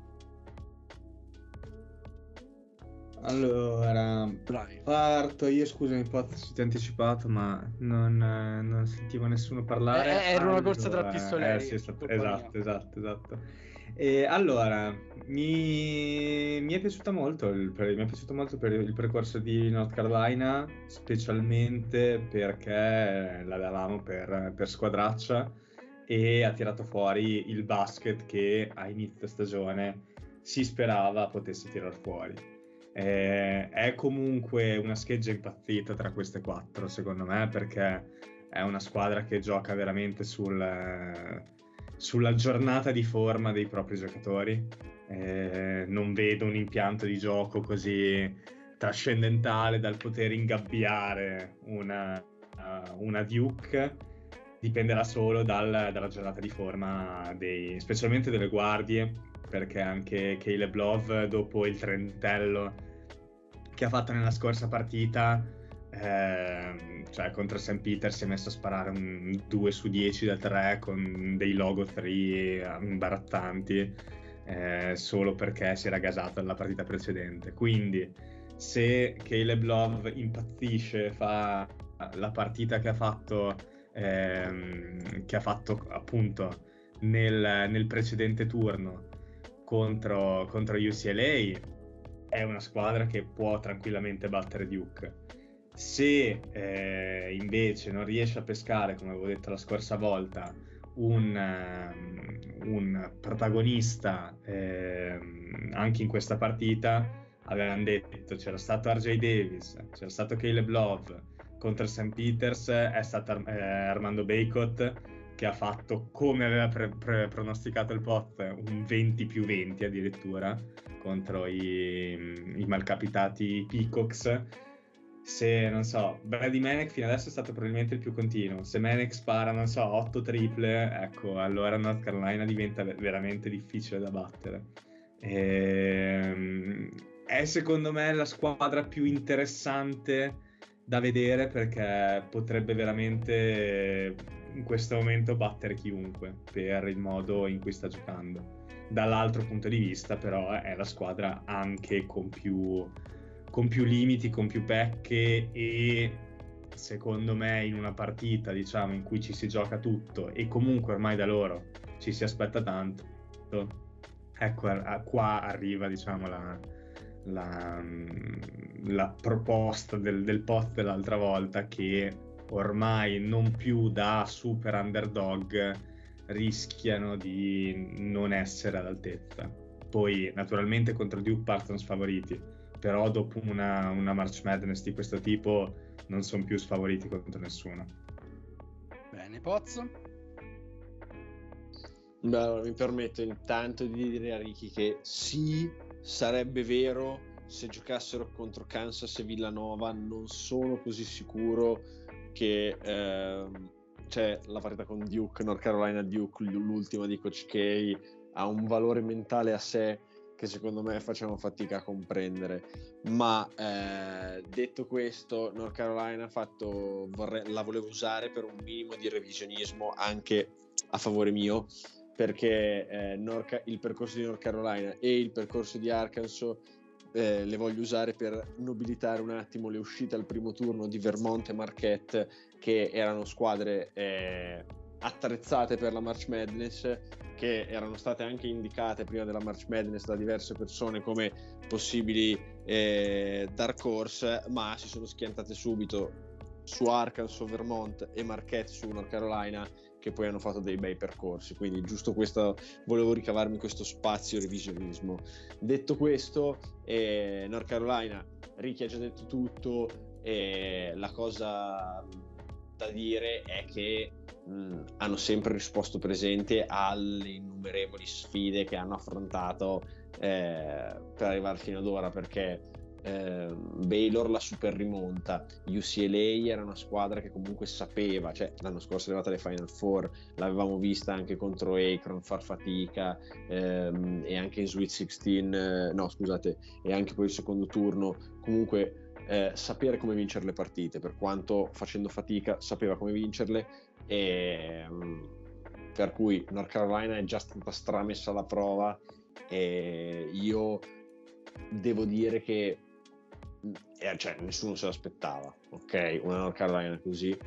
D: Allora,
B: bravi.
D: Parto io, scusami, se ti ho anticipato, ma non sentivo nessuno parlare.
B: Era una corsa tra pistoleri.
D: Sì, esatto. E allora, mi è piaciuto molto il percorso di North Carolina, specialmente perché la davamo per squadraccia e ha tirato fuori il basket che a inizio stagione si sperava potesse tirar fuori. È comunque una scheggia impazzita tra queste quattro, secondo me, perché è una squadra che gioca veramente sulla giornata di forma dei propri giocatori. Non vedo un impianto di gioco così trascendentale dal poter ingabbiare una Duke. Dipenderà solo dalla giornata di forma specialmente delle guardie, perché anche Caleb Love, dopo il trentello che ha fatto nella scorsa partita, cioè contro St. Peter, si è messo a sparare un 2 su 10 da 3 con dei logo 3 imbarazzanti, solo perché si era gasato nella partita precedente. Quindi se Caleb Love impazzisce, fa la partita che ha fatto appunto nel precedente turno contro UCLA, è una squadra che può tranquillamente battere Duke. Se invece non riesce a pescare, come avevo detto la scorsa volta, un protagonista anche in questa partita, avevano detto c'era stato RJ Davis, c'era stato Caleb Love, contro St. Peters è stato Armando Bacot, che ha fatto, come aveva pronosticato il pot, un 20+20 addirittura contro i malcapitati Peacocks. se, non so, Brady Manek fino adesso è stato probabilmente il più continuo. Se Manek spara, non so, 8 triple, ecco, allora North Carolina diventa veramente difficile da battere. È secondo me la squadra più interessante da vedere, perché potrebbe veramente in questo momento battere chiunque per il modo in cui sta giocando. Dall'altro punto di vista, però, è la squadra anche con più limiti, con più pecche, e secondo me in una partita, diciamo, in cui ci si gioca tutto e comunque ormai da loro ci si aspetta tanto, ecco, qua arriva, diciamo, la proposta del pot dell'altra volta, che ormai non più da super underdog rischiano di non essere all'altezza. Poi naturalmente contro Duke partono sfavoriti, però dopo una March Madness di questo tipo non sono più sfavoriti contro nessuno.
B: Bene, Pozzo?
C: Beh, allora, mi permetto intanto di dire a Ricky che sì, sarebbe vero se giocassero contro Kansas e Villanova. Non sono così sicuro che c'è la partita con Duke, North Carolina Duke, l'ultima di Coach K, ha un valore mentale a sé che secondo me facciamo fatica a comprendere. Ma detto questo, North Carolina la volevo usare per un minimo di revisionismo anche a favore mio, perché il percorso di North Carolina e il percorso di Arkansas le voglio usare per nobilitare un attimo le uscite al primo turno di Vermont e Marquette, che erano squadre attrezzate per la March Madness, che erano state anche indicate prima della March Madness da diverse persone come possibili dark horse, ma si sono schiantate subito su Arkansas, Vermont e Marquette su North Carolina, che poi hanno fatto dei bei percorsi. Quindi giusto questo, volevo ricavarmi questo spazio revisionismo. Detto questo, North Carolina, Ricky ha già detto tutto, la cosa da dire è che hanno sempre risposto presente alle innumerevoli sfide che hanno affrontato per arrivare fino ad ora, perché Baylor la super rimonta, UCLA era una squadra che comunque sapeva, cioè l'anno scorso è arrivata alle Final Four, l'avevamo vista anche contro Akron far fatica, e anche in Sweet 16, e anche poi il secondo turno, comunque sapere come vincere le partite, per quanto facendo fatica sapeva come vincerle, e per cui North Carolina è già stata stramessa alla prova, e io devo dire che cioè nessuno se l'aspettava, ok, una North Carolina così,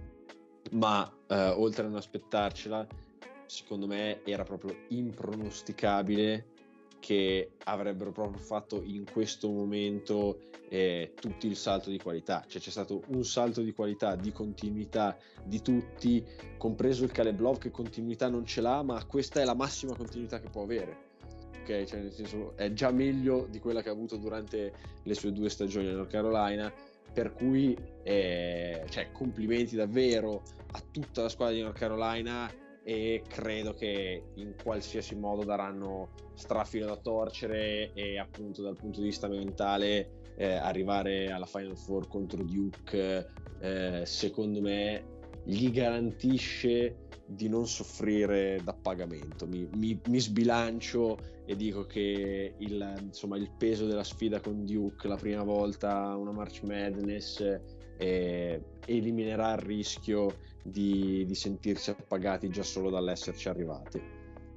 C: ma oltre a non aspettarcela, secondo me era proprio impronosticabile che avrebbero proprio fatto in questo momento tutti il salto di qualità. Cioè c'è stato un salto di qualità, di continuità di tutti, compreso il Caleb Love, che continuità non ce l'ha, ma questa è la massima continuità che può avere. Okay, cioè nel senso è già meglio di quella che ha avuto durante le sue 2 stagioni a North Carolina, per cui cioè, complimenti davvero a tutta la squadra di North Carolina, e credo che in qualsiasi modo daranno strafilo da torcere, e appunto dal punto di vista mentale arrivare alla Final Four contro Duke secondo me gli garantisce di non soffrire d'appagamento. Mi sbilancio e dico che il peso della sfida con Duke, la prima volta una March Madness, eliminerà il rischio di sentirsi appagati già solo dall'esserci arrivati.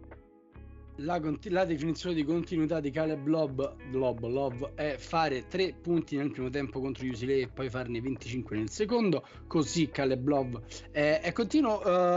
B: La definizione di continuità di Caleb Love è fare 3 punti nel primo tempo contro UCLA e poi farne 25 nel secondo, così Caleb Love è continuo.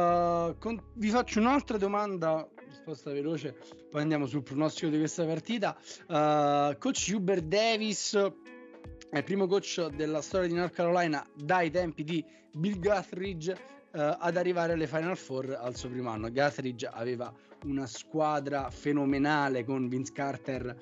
B: Vi faccio un'altra domanda, risposta veloce, poi andiamo sul pronostico di questa partita. Coach Hubert Davis è il primo coach della storia di North Carolina dai tempi di Bill Guthridge ad arrivare alle Final Four al suo primo anno. Guthridge aveva una squadra fenomenale con Vince Carter,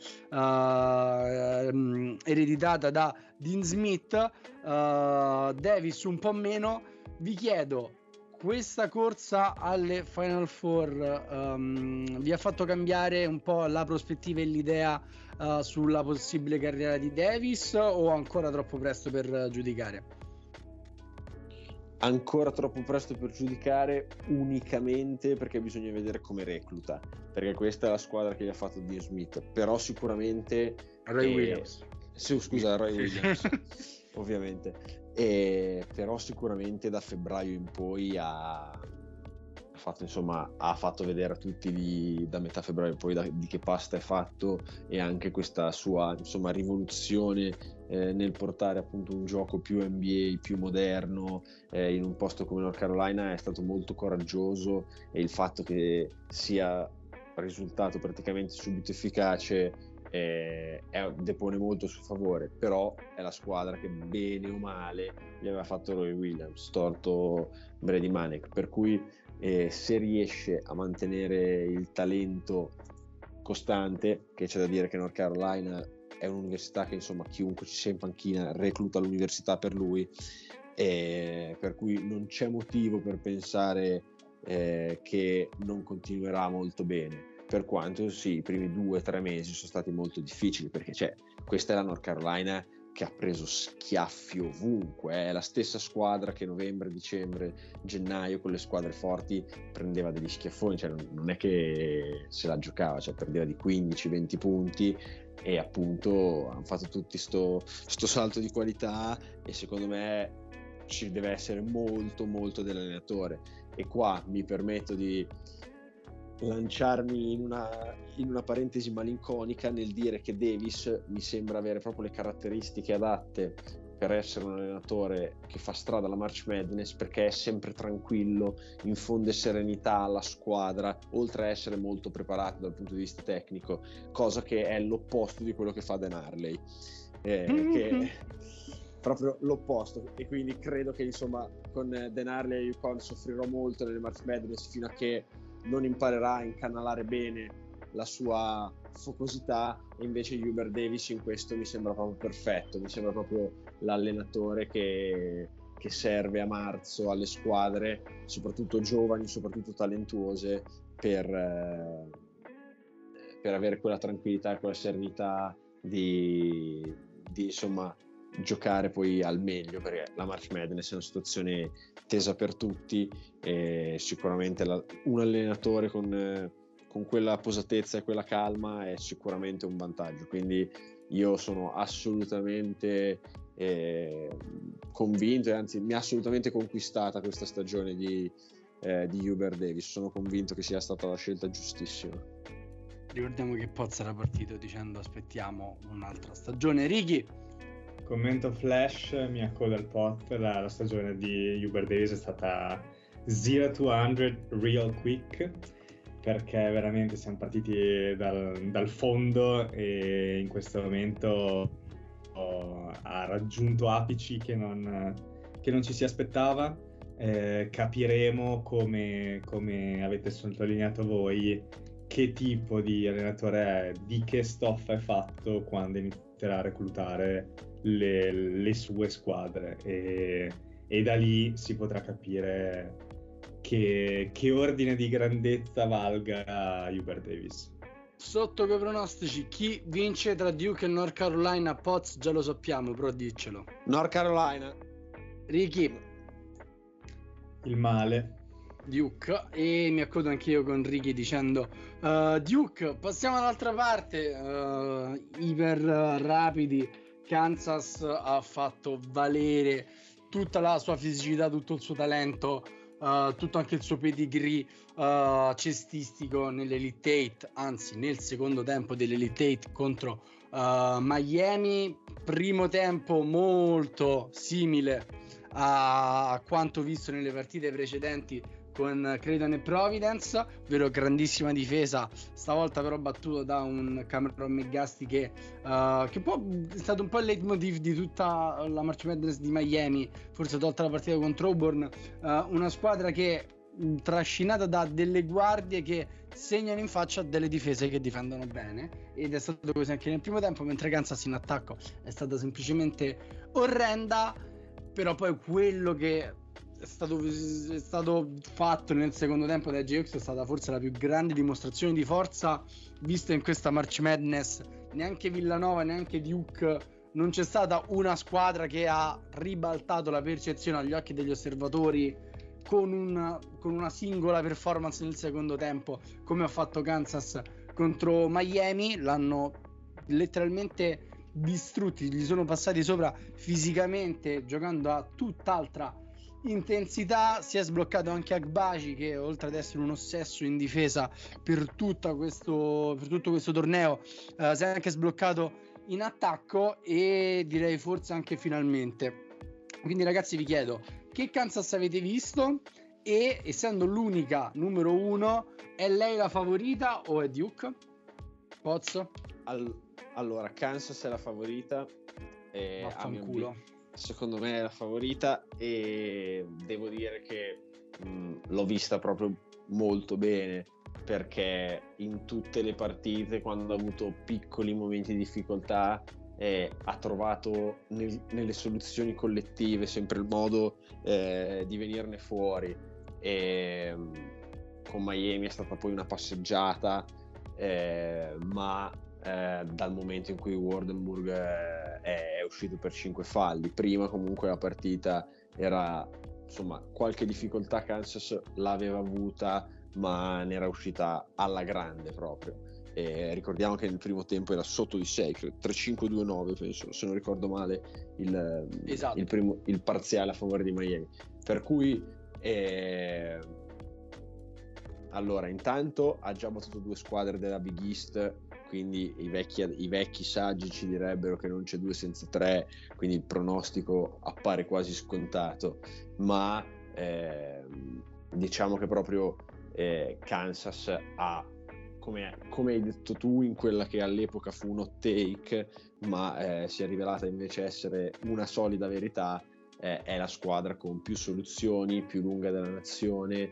B: ereditata da Dean Smith. Davis un po' meno. Vi chiedo questa corsa alle Final Four vi ha fatto cambiare un po' la prospettiva e l'idea sulla possibile carriera di Davis, o ancora troppo presto per giudicare?
C: Ancora troppo presto per giudicare, unicamente perché bisogna vedere come recluta, perché questa è la squadra che gli ha fatto Dean Smith, però sicuramente
B: Roy Williams.
C: Roy Williams ovviamente, però sicuramente da febbraio in poi ha fatto vedere a tutti da metà febbraio in poi di che pasta è fatto, e anche questa sua rivoluzione nel portare appunto un gioco più NBA, più moderno in un posto come North Carolina è stato molto coraggioso, e il fatto che sia risultato praticamente subito efficace depone molto a suo favore. Però è la squadra che bene o male gli aveva fatto Roy Williams, storto Brady Manek, per cui se riesce a mantenere il talento costante, che c'è da dire che North Carolina è un'università che insomma chiunque ci sia in panchina recluta l'università per lui, per cui non c'è motivo per pensare che non continuerà molto bene, per quanto sì, i primi 2 o 3 mesi sono stati molto difficili, perché questa è la North Carolina che ha preso schiaffi ovunque, è la stessa squadra che novembre, dicembre, gennaio con le squadre forti prendeva degli schiaffoni, non è che se la giocava, perdeva di 15-20 punti, e appunto hanno fatto tutti sto salto di qualità, e secondo me ci deve essere molto molto dell'allenatore. E qua mi permetto di lanciarmi in una parentesi malinconica nel dire che Davis mi sembra avere proprio le caratteristiche adatte per essere un allenatore che fa strada alla March Madness, perché è sempre tranquillo, infonde serenità alla squadra, oltre a essere molto preparato dal punto di vista tecnico, cosa che è l'opposto di quello che fa Dan Harley, che è proprio l'opposto. E quindi credo che insomma con Dan Harley io soffrirò molto nelle March Madness fino a che non imparerà a incanalare bene la sua focosità, e invece Hubert Davis in questo mi sembra proprio perfetto, mi sembra proprio l'allenatore che serve a marzo alle squadre, soprattutto giovani, soprattutto talentuose, per avere quella tranquillità e quella serenità di insomma giocare poi al meglio, perché la March Madness è una situazione tesa per tutti, e sicuramente un allenatore con quella posatezza e quella calma è sicuramente un vantaggio. Quindi io sono assolutamente convinto, e anzi mi ha assolutamente conquistata questa stagione di Hubert Davis. Sono convinto che sia stata la scelta giustissima.
B: Ricordiamo che Pozza era partito dicendo aspettiamo un'altra stagione. Ricky,
D: commento flash, mi accoda al pot. La stagione di Hubert Davis è stata 0-100 real quick, perché veramente siamo partiti dal fondo, e in questo momento ha raggiunto apici che non ci si aspettava. Capiremo, come avete sottolineato voi, che tipo di allenatore è, di che stoffa è fatto quando inizierà a reclutare le sue squadre, e da lì si potrà capire che ordine di grandezza valga Hubert Davis.
B: sotto che pronostici, chi vince tra Duke e North Carolina? Poz già lo sappiamo, però diccelo.
C: North Carolina.
B: Ricky,
D: Il male.
B: Duke, e mi accodo anch'io con Ricky dicendo Duke. Passiamo all'altra parte, iper rapidi. Kansas ha fatto valere tutta la sua fisicità, tutto il suo talento, tutto anche il suo pedigree cestistico nell'Elite 8, anzi nel secondo tempo dell'Elite 8 contro Miami. Primo tempo molto simile a quanto visto nelle partite precedenti con Creighton e Providence, ovvero grandissima difesa, stavolta però battuto da un Cameron McGusty che poi è stato un po' il leitmotiv di tutta la March Madness di Miami, forse tolta la partita contro Auburn, una squadra che trascinata da delle guardie che segnano in faccia delle difese che difendono bene, ed è stato così anche nel primo tempo, mentre Kansas in attacco è stata semplicemente orrenda. Però poi quello che è stato fatto nel secondo tempo da J-Hawks, è stata forse la più grande dimostrazione di forza vista in questa March Madness. Neanche Villanova, neanche Duke, non c'è stata una squadra che ha ribaltato la percezione agli occhi degli osservatori con una singola performance nel secondo tempo, come ha fatto Kansas contro Miami. L'hanno letteralmente distrutti, gli sono passati sopra fisicamente, giocando a tutt'altra intensità. Si è sbloccato anche Agbaji, che oltre ad essere un ossesso in difesa per tutto questo torneo, si è anche sbloccato in attacco, e direi forse anche finalmente. Quindi ragazzi, vi chiedo che Kansas avete visto, e essendo l'unica numero 1, è lei la favorita o è Duke? Pozzo?
C: Allora, Kansas è la favorita,
B: Vaffanculo.
C: secondo me è la favorita, e devo dire che l'ho vista proprio molto bene, perché in tutte le partite, quando ha avuto piccoli momenti di difficoltà, ha trovato nelle soluzioni collettive sempre il modo di venirne fuori, e con Miami è stata poi una passeggiata, ma dal momento in cui Wardenburg è uscito per 5 falli, prima comunque la partita era, insomma, qualche difficoltà Kansas l'aveva avuta, ma ne era uscita alla grande proprio. Ricordiamo che nel primo tempo era sotto di 6, 3-5-2-9 penso, se non ricordo male,
B: Esatto.
C: il parziale a favore di Miami, per cui allora intanto ha già battuto 2 squadre della Big East, quindi i vecchi saggi ci direbbero che non c'è 2 senza 3, quindi il pronostico appare quasi scontato, ma diciamo che proprio Kansas ha, come hai detto tu, in quella che all'epoca fu un hot take, ma si è rivelata invece essere una solida verità, è la squadra con più soluzioni, più lunga della nazione,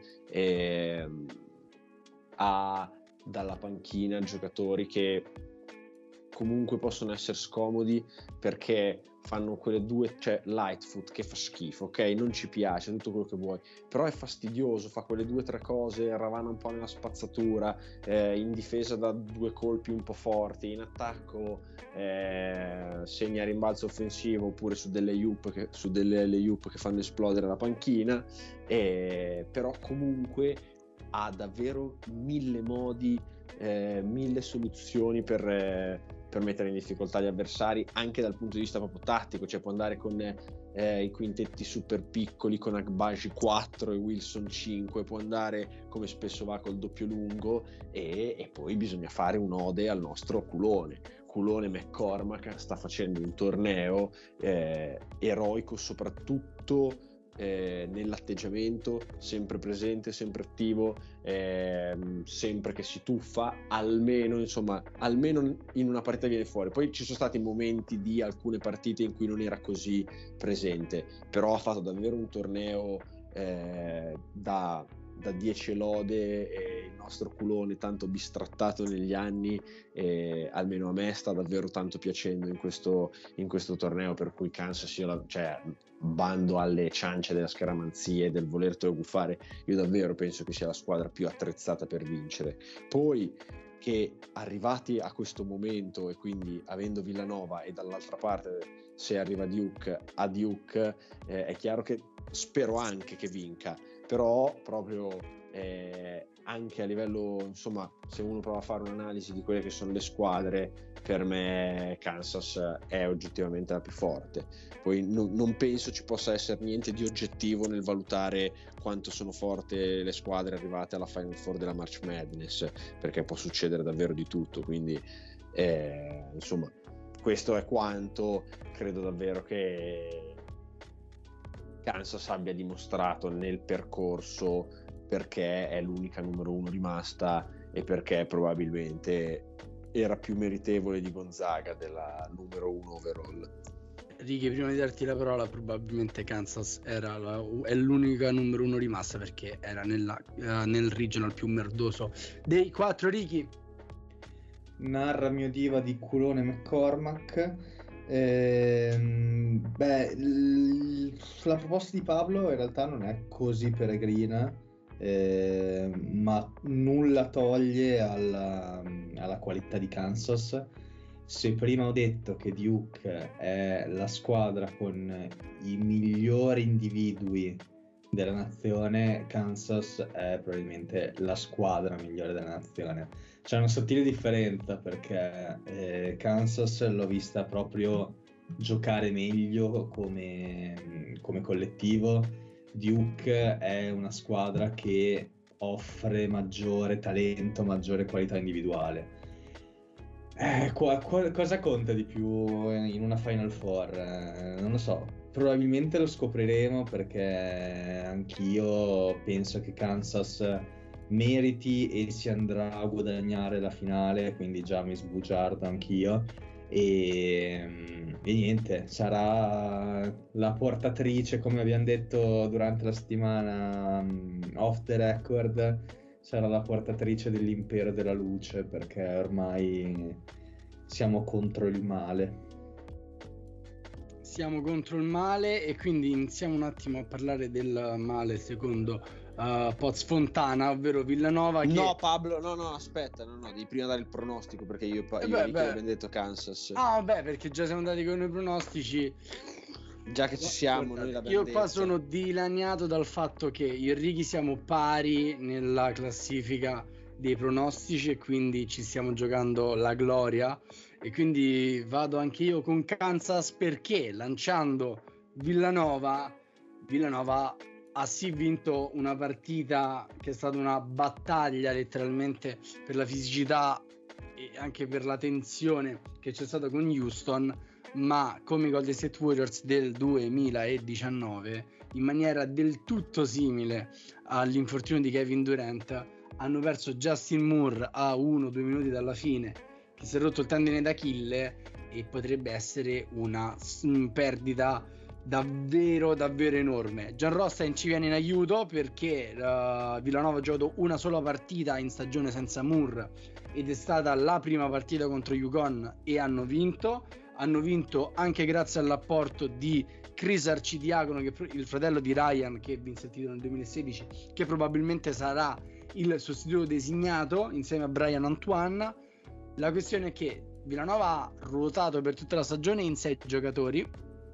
C: ha dalla panchina giocatori che comunque possono essere scomodi, perché fanno quelle due, cioè Lightfoot che fa schifo, ok, non ci piace, tutto quello che vuoi, però è fastidioso, fa quelle 2 o 3 cose, ravana un po' nella spazzatura, in difesa da 2 colpi un po' forti, in attacco segna rimbalzo offensivo, oppure su delle alley-oop che fanno esplodere la panchina, però comunque ha davvero 1000 modi, 1000 soluzioni per mettere in difficoltà gli avversari, anche dal punto di vista proprio tattico, cioè può andare con i quintetti super piccoli, con Agbaji 4 e Wilson 5, può andare come spesso va col doppio lungo, e poi bisogna fare un'ode al nostro culone McCormack. Sta facendo un torneo eroico, soprattutto nell'atteggiamento, sempre presente, sempre attivo, sempre che si tuffa, almeno in una partita viene fuori. Poi ci sono stati momenti di alcune partite in cui non era così presente, però ha fatto davvero un torneo da 10 lode, e il nostro culone tanto bistrattato negli anni, almeno a me sta davvero tanto piacendo in questo torneo, per cui Kansas, bando alle ciance della scaramanzia e del volertelo guffare, io davvero penso che sia la squadra più attrezzata per vincere. Poi, che arrivati a questo momento, e quindi avendo Villanova e dall'altra parte se arriva Duke, è chiaro che spero anche che vinca, però proprio anche a livello, insomma, se uno prova a fare un'analisi di quelle che sono le squadre, per me Kansas è oggettivamente la più forte. Poi non penso ci possa essere niente di oggettivo nel valutare quanto sono forti le squadre arrivate alla Final Four della March Madness, perché può succedere davvero di tutto, quindi insomma, questo è quanto credo davvero che Kansas abbia dimostrato nel percorso, perché è l'unica numero 1 rimasta, e perché probabilmente era più meritevole di Gonzaga della numero 1 overall.
B: Righi, prima di darti la parola, probabilmente Kansas è l'unica numero 1 rimasta, perché era nel regional più merdoso dei 4. Righi,
D: narra mio diva di culone McCormack.
E: La proposta di Pablo in realtà non è così peregrina, ma nulla toglie alla qualità di Kansas. Se prima ho detto che Duke è la squadra con i migliori individui della nazione, Kansas è probabilmente la squadra migliore della nazione. C'è una sottile differenza, perché Kansas l'ho vista proprio giocare meglio come collettivo. Duke è una squadra che offre maggiore talento, maggiore qualità individuale. Cosa conta di più in una Final Four? Non lo so, probabilmente lo scopriremo, perché anch'io penso che Kansas meriti e si andrà a guadagnare la finale, quindi già mi sbugiardo anch'io. E niente, sarà la portatrice, come abbiamo detto durante la settimana off the record, sarà la portatrice dell'impero della luce, perché ormai siamo contro il male.
B: Siamo contro il male, e quindi iniziamo un attimo a parlare del male secondo Poz Fontana, ovvero Villanova.
C: No, Pablo, no, aspetta, devi prima dare il pronostico, perché io e Ricky abbiamo detto Kansas.
B: Ah, vabbè, perché già siamo andati con i pronostici.
C: Già che ci siamo, noi l'abbiamo
B: Io
C: detto.
B: qua sono dilaniato dal fatto che io e Ricky siamo pari nella classifica dei pronostici, e quindi ci stiamo giocando la gloria, e quindi vado anche io con Kansas, perché lanciando Villanova ha sì vinto una partita che è stata una battaglia letteralmente per la fisicità e anche per la tensione che c'è stata con Houston, ma come i Golden State Warriors del 2019, in maniera del tutto simile all'infortunio di Kevin Durant, hanno perso Justin Moore a 1-2 minuti dalla fine, che si è rotto il tendine d'Achille, e potrebbe essere una perdita davvero enorme. Gianrossa ci viene in aiuto, perché Villanova ha giocato una sola partita in stagione senza Moore, ed è stata la prima partita contro UConn, e hanno vinto anche grazie all'apporto di Chris Arcidiacono, che è il fratello di Ryan, che vinse il titolo nel 2016, che probabilmente sarà il sostituto designato insieme a Brian Antoine. La questione è che Villanova ha ruotato per tutta la stagione in 6 giocatori,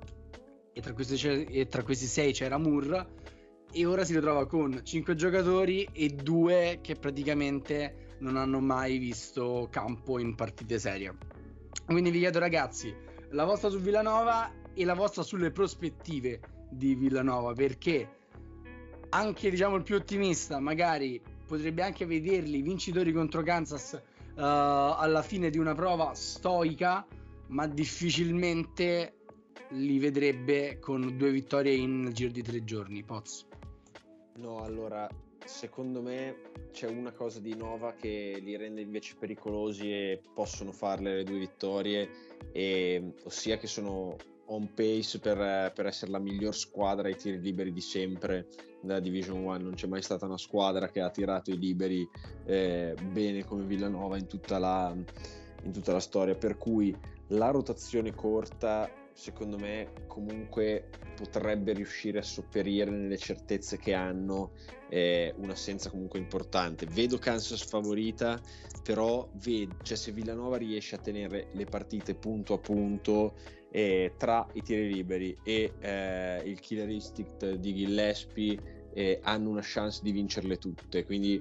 B: e tra questi 6 c'era Moore, e ora si ritrova con 5 giocatori e 2 che praticamente non hanno mai visto campo in partite serie. Quindi vi chiedo, ragazzi, la vostra su Villanova e la vostra sulle prospettive di Villanova, perché anche, diciamo, il più ottimista magari potrebbe anche vederli vincitori contro Kansas alla fine di una prova stoica, ma difficilmente li vedrebbe con 2 vittorie in giro di 3 giorni. Poz?
C: No, allora, secondo me c'è una cosa di Nova che li rende invece pericolosi e possono farle le 2 vittorie, ossia che sono on pace per essere la miglior squadra ai tiri liberi di sempre della Division 1. Non c'è mai stata una squadra che ha tirato i liberi bene come Villanova in tutta la storia, per cui la rotazione corta secondo me comunque potrebbe riuscire a sopperire nelle certezze che hanno un'assenza comunque importante. Vedo Kansas favorita, però se Villanova riesce a tenere le partite punto a punto tra i tiri liberi e il killer instinct di Gillespie, hanno una chance di vincerle tutte. Quindi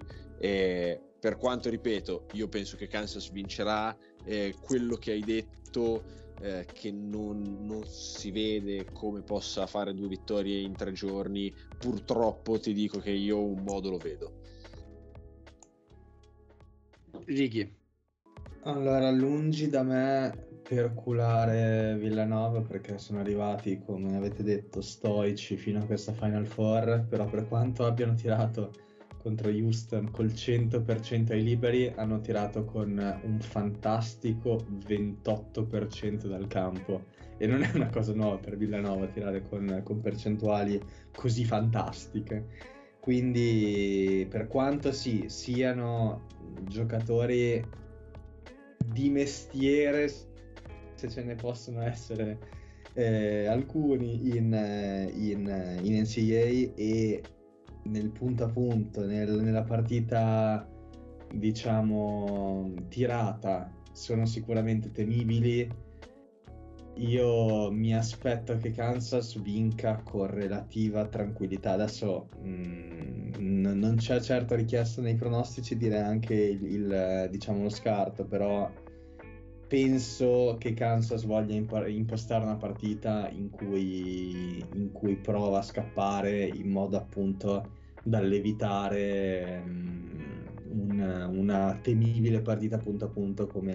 C: per quanto, ripeto, io penso che Kansas vincerà, quello che hai detto, che non si vede come possa fare 2 vittorie in 3 giorni, purtroppo ti dico che io un modo lo vedo.
B: Ricky?
E: Allora, lungi da me perculare Villanova, perché sono arrivati, come avete detto, stoici fino a questa Final Four, però per quanto abbiano tirato contro Houston col 100% ai liberi, hanno tirato con un fantastico 28% dal campo, e non è una cosa nuova per Villanova tirare con percentuali così fantastiche. Quindi, per quanto siano giocatori di mestiere, se ce ne possono essere alcuni in NCAA, e nel punto a punto, nella partita diciamo tirata, sono sicuramente temibili. Io mi aspetto che Kansas vinca con relativa tranquillità. Adesso non c'è certo richiesta nei pronostici, direi anche il diciamo lo scarto, però penso che Kansas voglia impostare una partita in cui prova a scappare in modo appunto dall'evitare una temibile partita punto a punto, come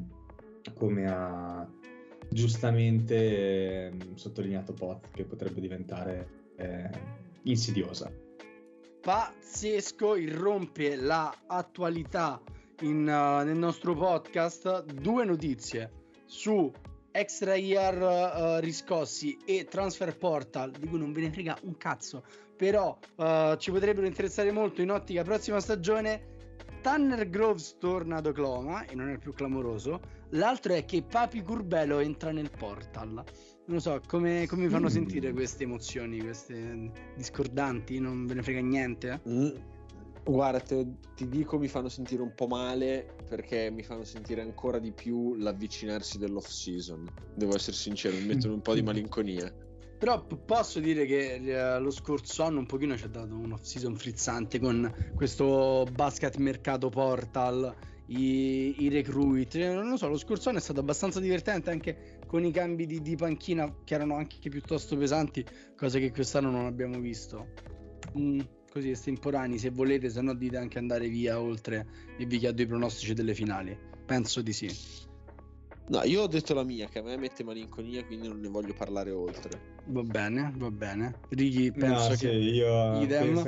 E: ha giustamente sottolineato Pot, che potrebbe diventare insidiosa.
B: Pazzesco, irrompe la attualità nel nostro podcast. Due notizie su extra year riscossi e transfer portal di cui non ve ne frega un cazzo, però ci potrebbero interessare molto in ottica prossima stagione. Tanner Groves torna ad Oklahoma e non è il più clamoroso. L'altro è che Papi Curbelo entra nel portal. Non lo so, come vi fanno sentire queste emozioni, queste discordanti? Non ve ne frega niente?
C: Guarda, ti dico, mi fanno sentire un po' male, perché mi fanno sentire ancora di più l'avvicinarsi dell'off season. Devo essere sincero, mi mettono un po' di malinconia.
B: Però posso dire che lo scorso anno un pochino ci ha dato un off season frizzante con questo basket mercato portal, i recruit. Non lo so, lo scorso anno è stato abbastanza divertente, anche con i cambi di panchina che erano anche piuttosto pesanti, cose che quest'anno non abbiamo visto. Così estemporanei, se volete, se no dite anche andare via oltre e vi chiedo i pronostici delle finali. Penso di sì.
C: No, io ho detto la mia, che a me mette malinconia, quindi non ne voglio parlare oltre.
B: Va bene. Ricky, penso che
E: io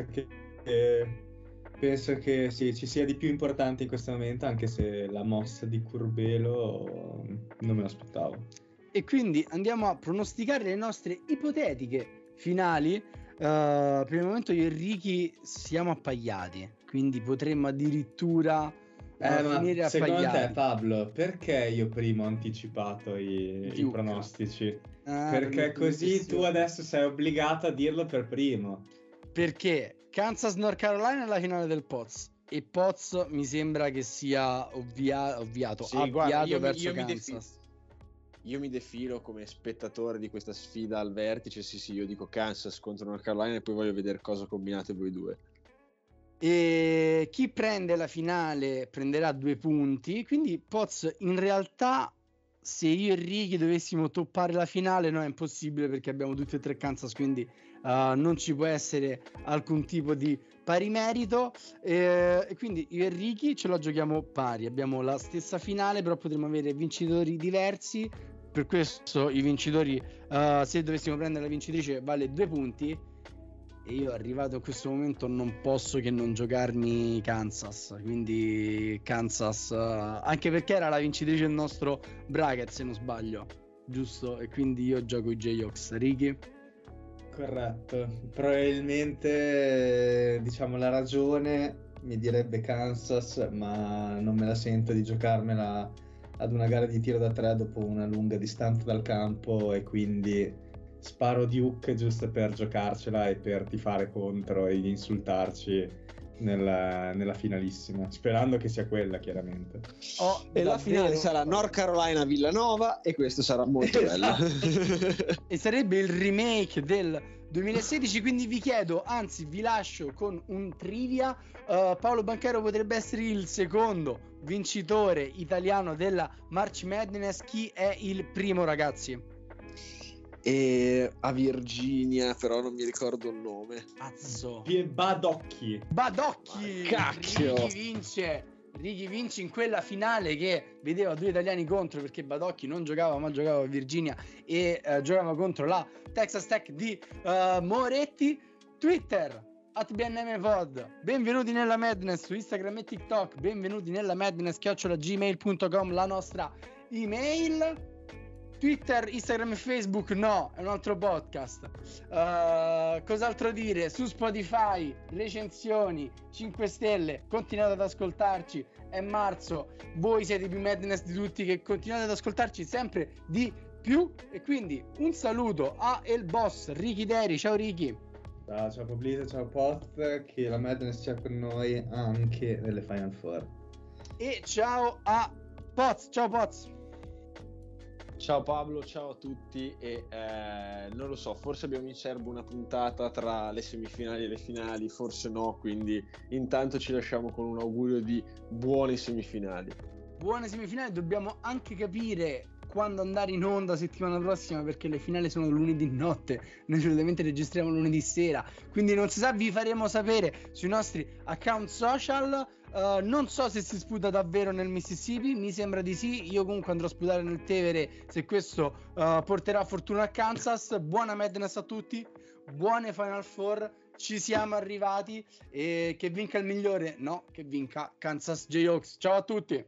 E: penso che sì, ci sia di più importante in questo momento, anche se la mossa di Curbelo non me l'aspettavo.
B: E quindi andiamo a pronosticare le nostre ipotetiche finali. Per il momento io e Ricky siamo appagliati, quindi potremmo addirittura finire
E: secondo
B: appagliati.
E: te, Pablo, perché io prima ho anticipato i pronostici? Perché così tu adesso sei obbligato a dirlo per primo.
B: Perché Kansas North Carolina è la finale del Poz, e Poz mi sembra che sia avviato verso Kansas.
C: Io mi defilo come spettatore di questa sfida al vertice. Sì, io dico Kansas contro North Carolina, e poi voglio vedere cosa combinate voi due.
B: E chi prende la finale prenderà 2 punti, quindi Poz, in realtà se io e Ricky dovessimo toppare la finale, no, è impossibile, perché abbiamo tutti e tre Kansas, quindi non ci può essere alcun tipo di pari merito, e quindi io e Ricky ce la giochiamo pari, abbiamo la stessa finale, però potremo avere vincitori diversi. Per questo i vincitori, se dovessimo prendere la vincitrice, vale 2 punti, e io arrivato a questo momento non posso che non giocarmi Kansas, quindi Kansas, anche perché era la vincitrice del nostro bracket, se non sbaglio, giusto? E quindi io gioco i Jayhawks. Ricky?
E: Corretto, probabilmente diciamo la ragione mi direbbe Kansas, ma non me la sento di giocarmela ad una gara di tiro da 3 dopo una lunga distanza dal campo, e quindi sparo Duke giusto per giocarcela e per tifare contro e insultarci nella finalissima, sperando che sia quella, chiaramente.
C: E la finale sarà North Carolina Villanova, e questo sarà molto bello.
B: E sarebbe il remake del 2016, quindi vi chiedo, anzi vi lascio con un trivia. Paolo Banchero potrebbe essere il secondo vincitore italiano della March Madness. Chi è il primo, ragazzi?
C: E a Virginia, però non mi ricordo il nome.
B: Cazzo.
E: Badocchi.
C: Cacchio.
B: Ricky vince in quella finale che vedeva 2 italiani contro, perché Badocchi non giocava, ma giocava a Virginia e giocava contro la Texas Tech di Moretti. Twitter @BNMPod. Benvenuti nella Madness su Instagram e TikTok. Benvenuti nella Madness @gmail.com, la nostra email. Twitter, Instagram e Facebook no, è un altro podcast. Cos'altro dire? Su Spotify, recensioni, 5 stelle, continuate ad ascoltarci, è marzo, voi siete i più madness di tutti, che continuate ad ascoltarci sempre di più. E quindi un saluto a El Boss, Ricky Deri. Ciao Ricky.
E: Ciao Pablito, ciao Pot, che la madness sia con noi anche nelle Final Four.
B: E ciao a Poz, ciao Poz.
C: Ciao Pablo, ciao a tutti e non lo so, forse abbiamo in serbo una puntata tra le semifinali e le finali, forse no, quindi intanto ci lasciamo con un augurio di buone semifinali.
B: Buone semifinali, dobbiamo anche capire quando andare in onda settimana prossima, perché le finali sono lunedì notte, noi solitamente registriamo lunedì sera, quindi non si sa, vi faremo sapere sui nostri account social. Non so se si sputa davvero nel Mississippi, mi sembra di sì. Io comunque andrò a sputare nel Tevere se questo porterà fortuna a Kansas. Buona madness a tutti, buone Final Four, ci siamo arrivati, e che vinca il migliore, no, che vinca Kansas Jayhawks. Ciao a tutti.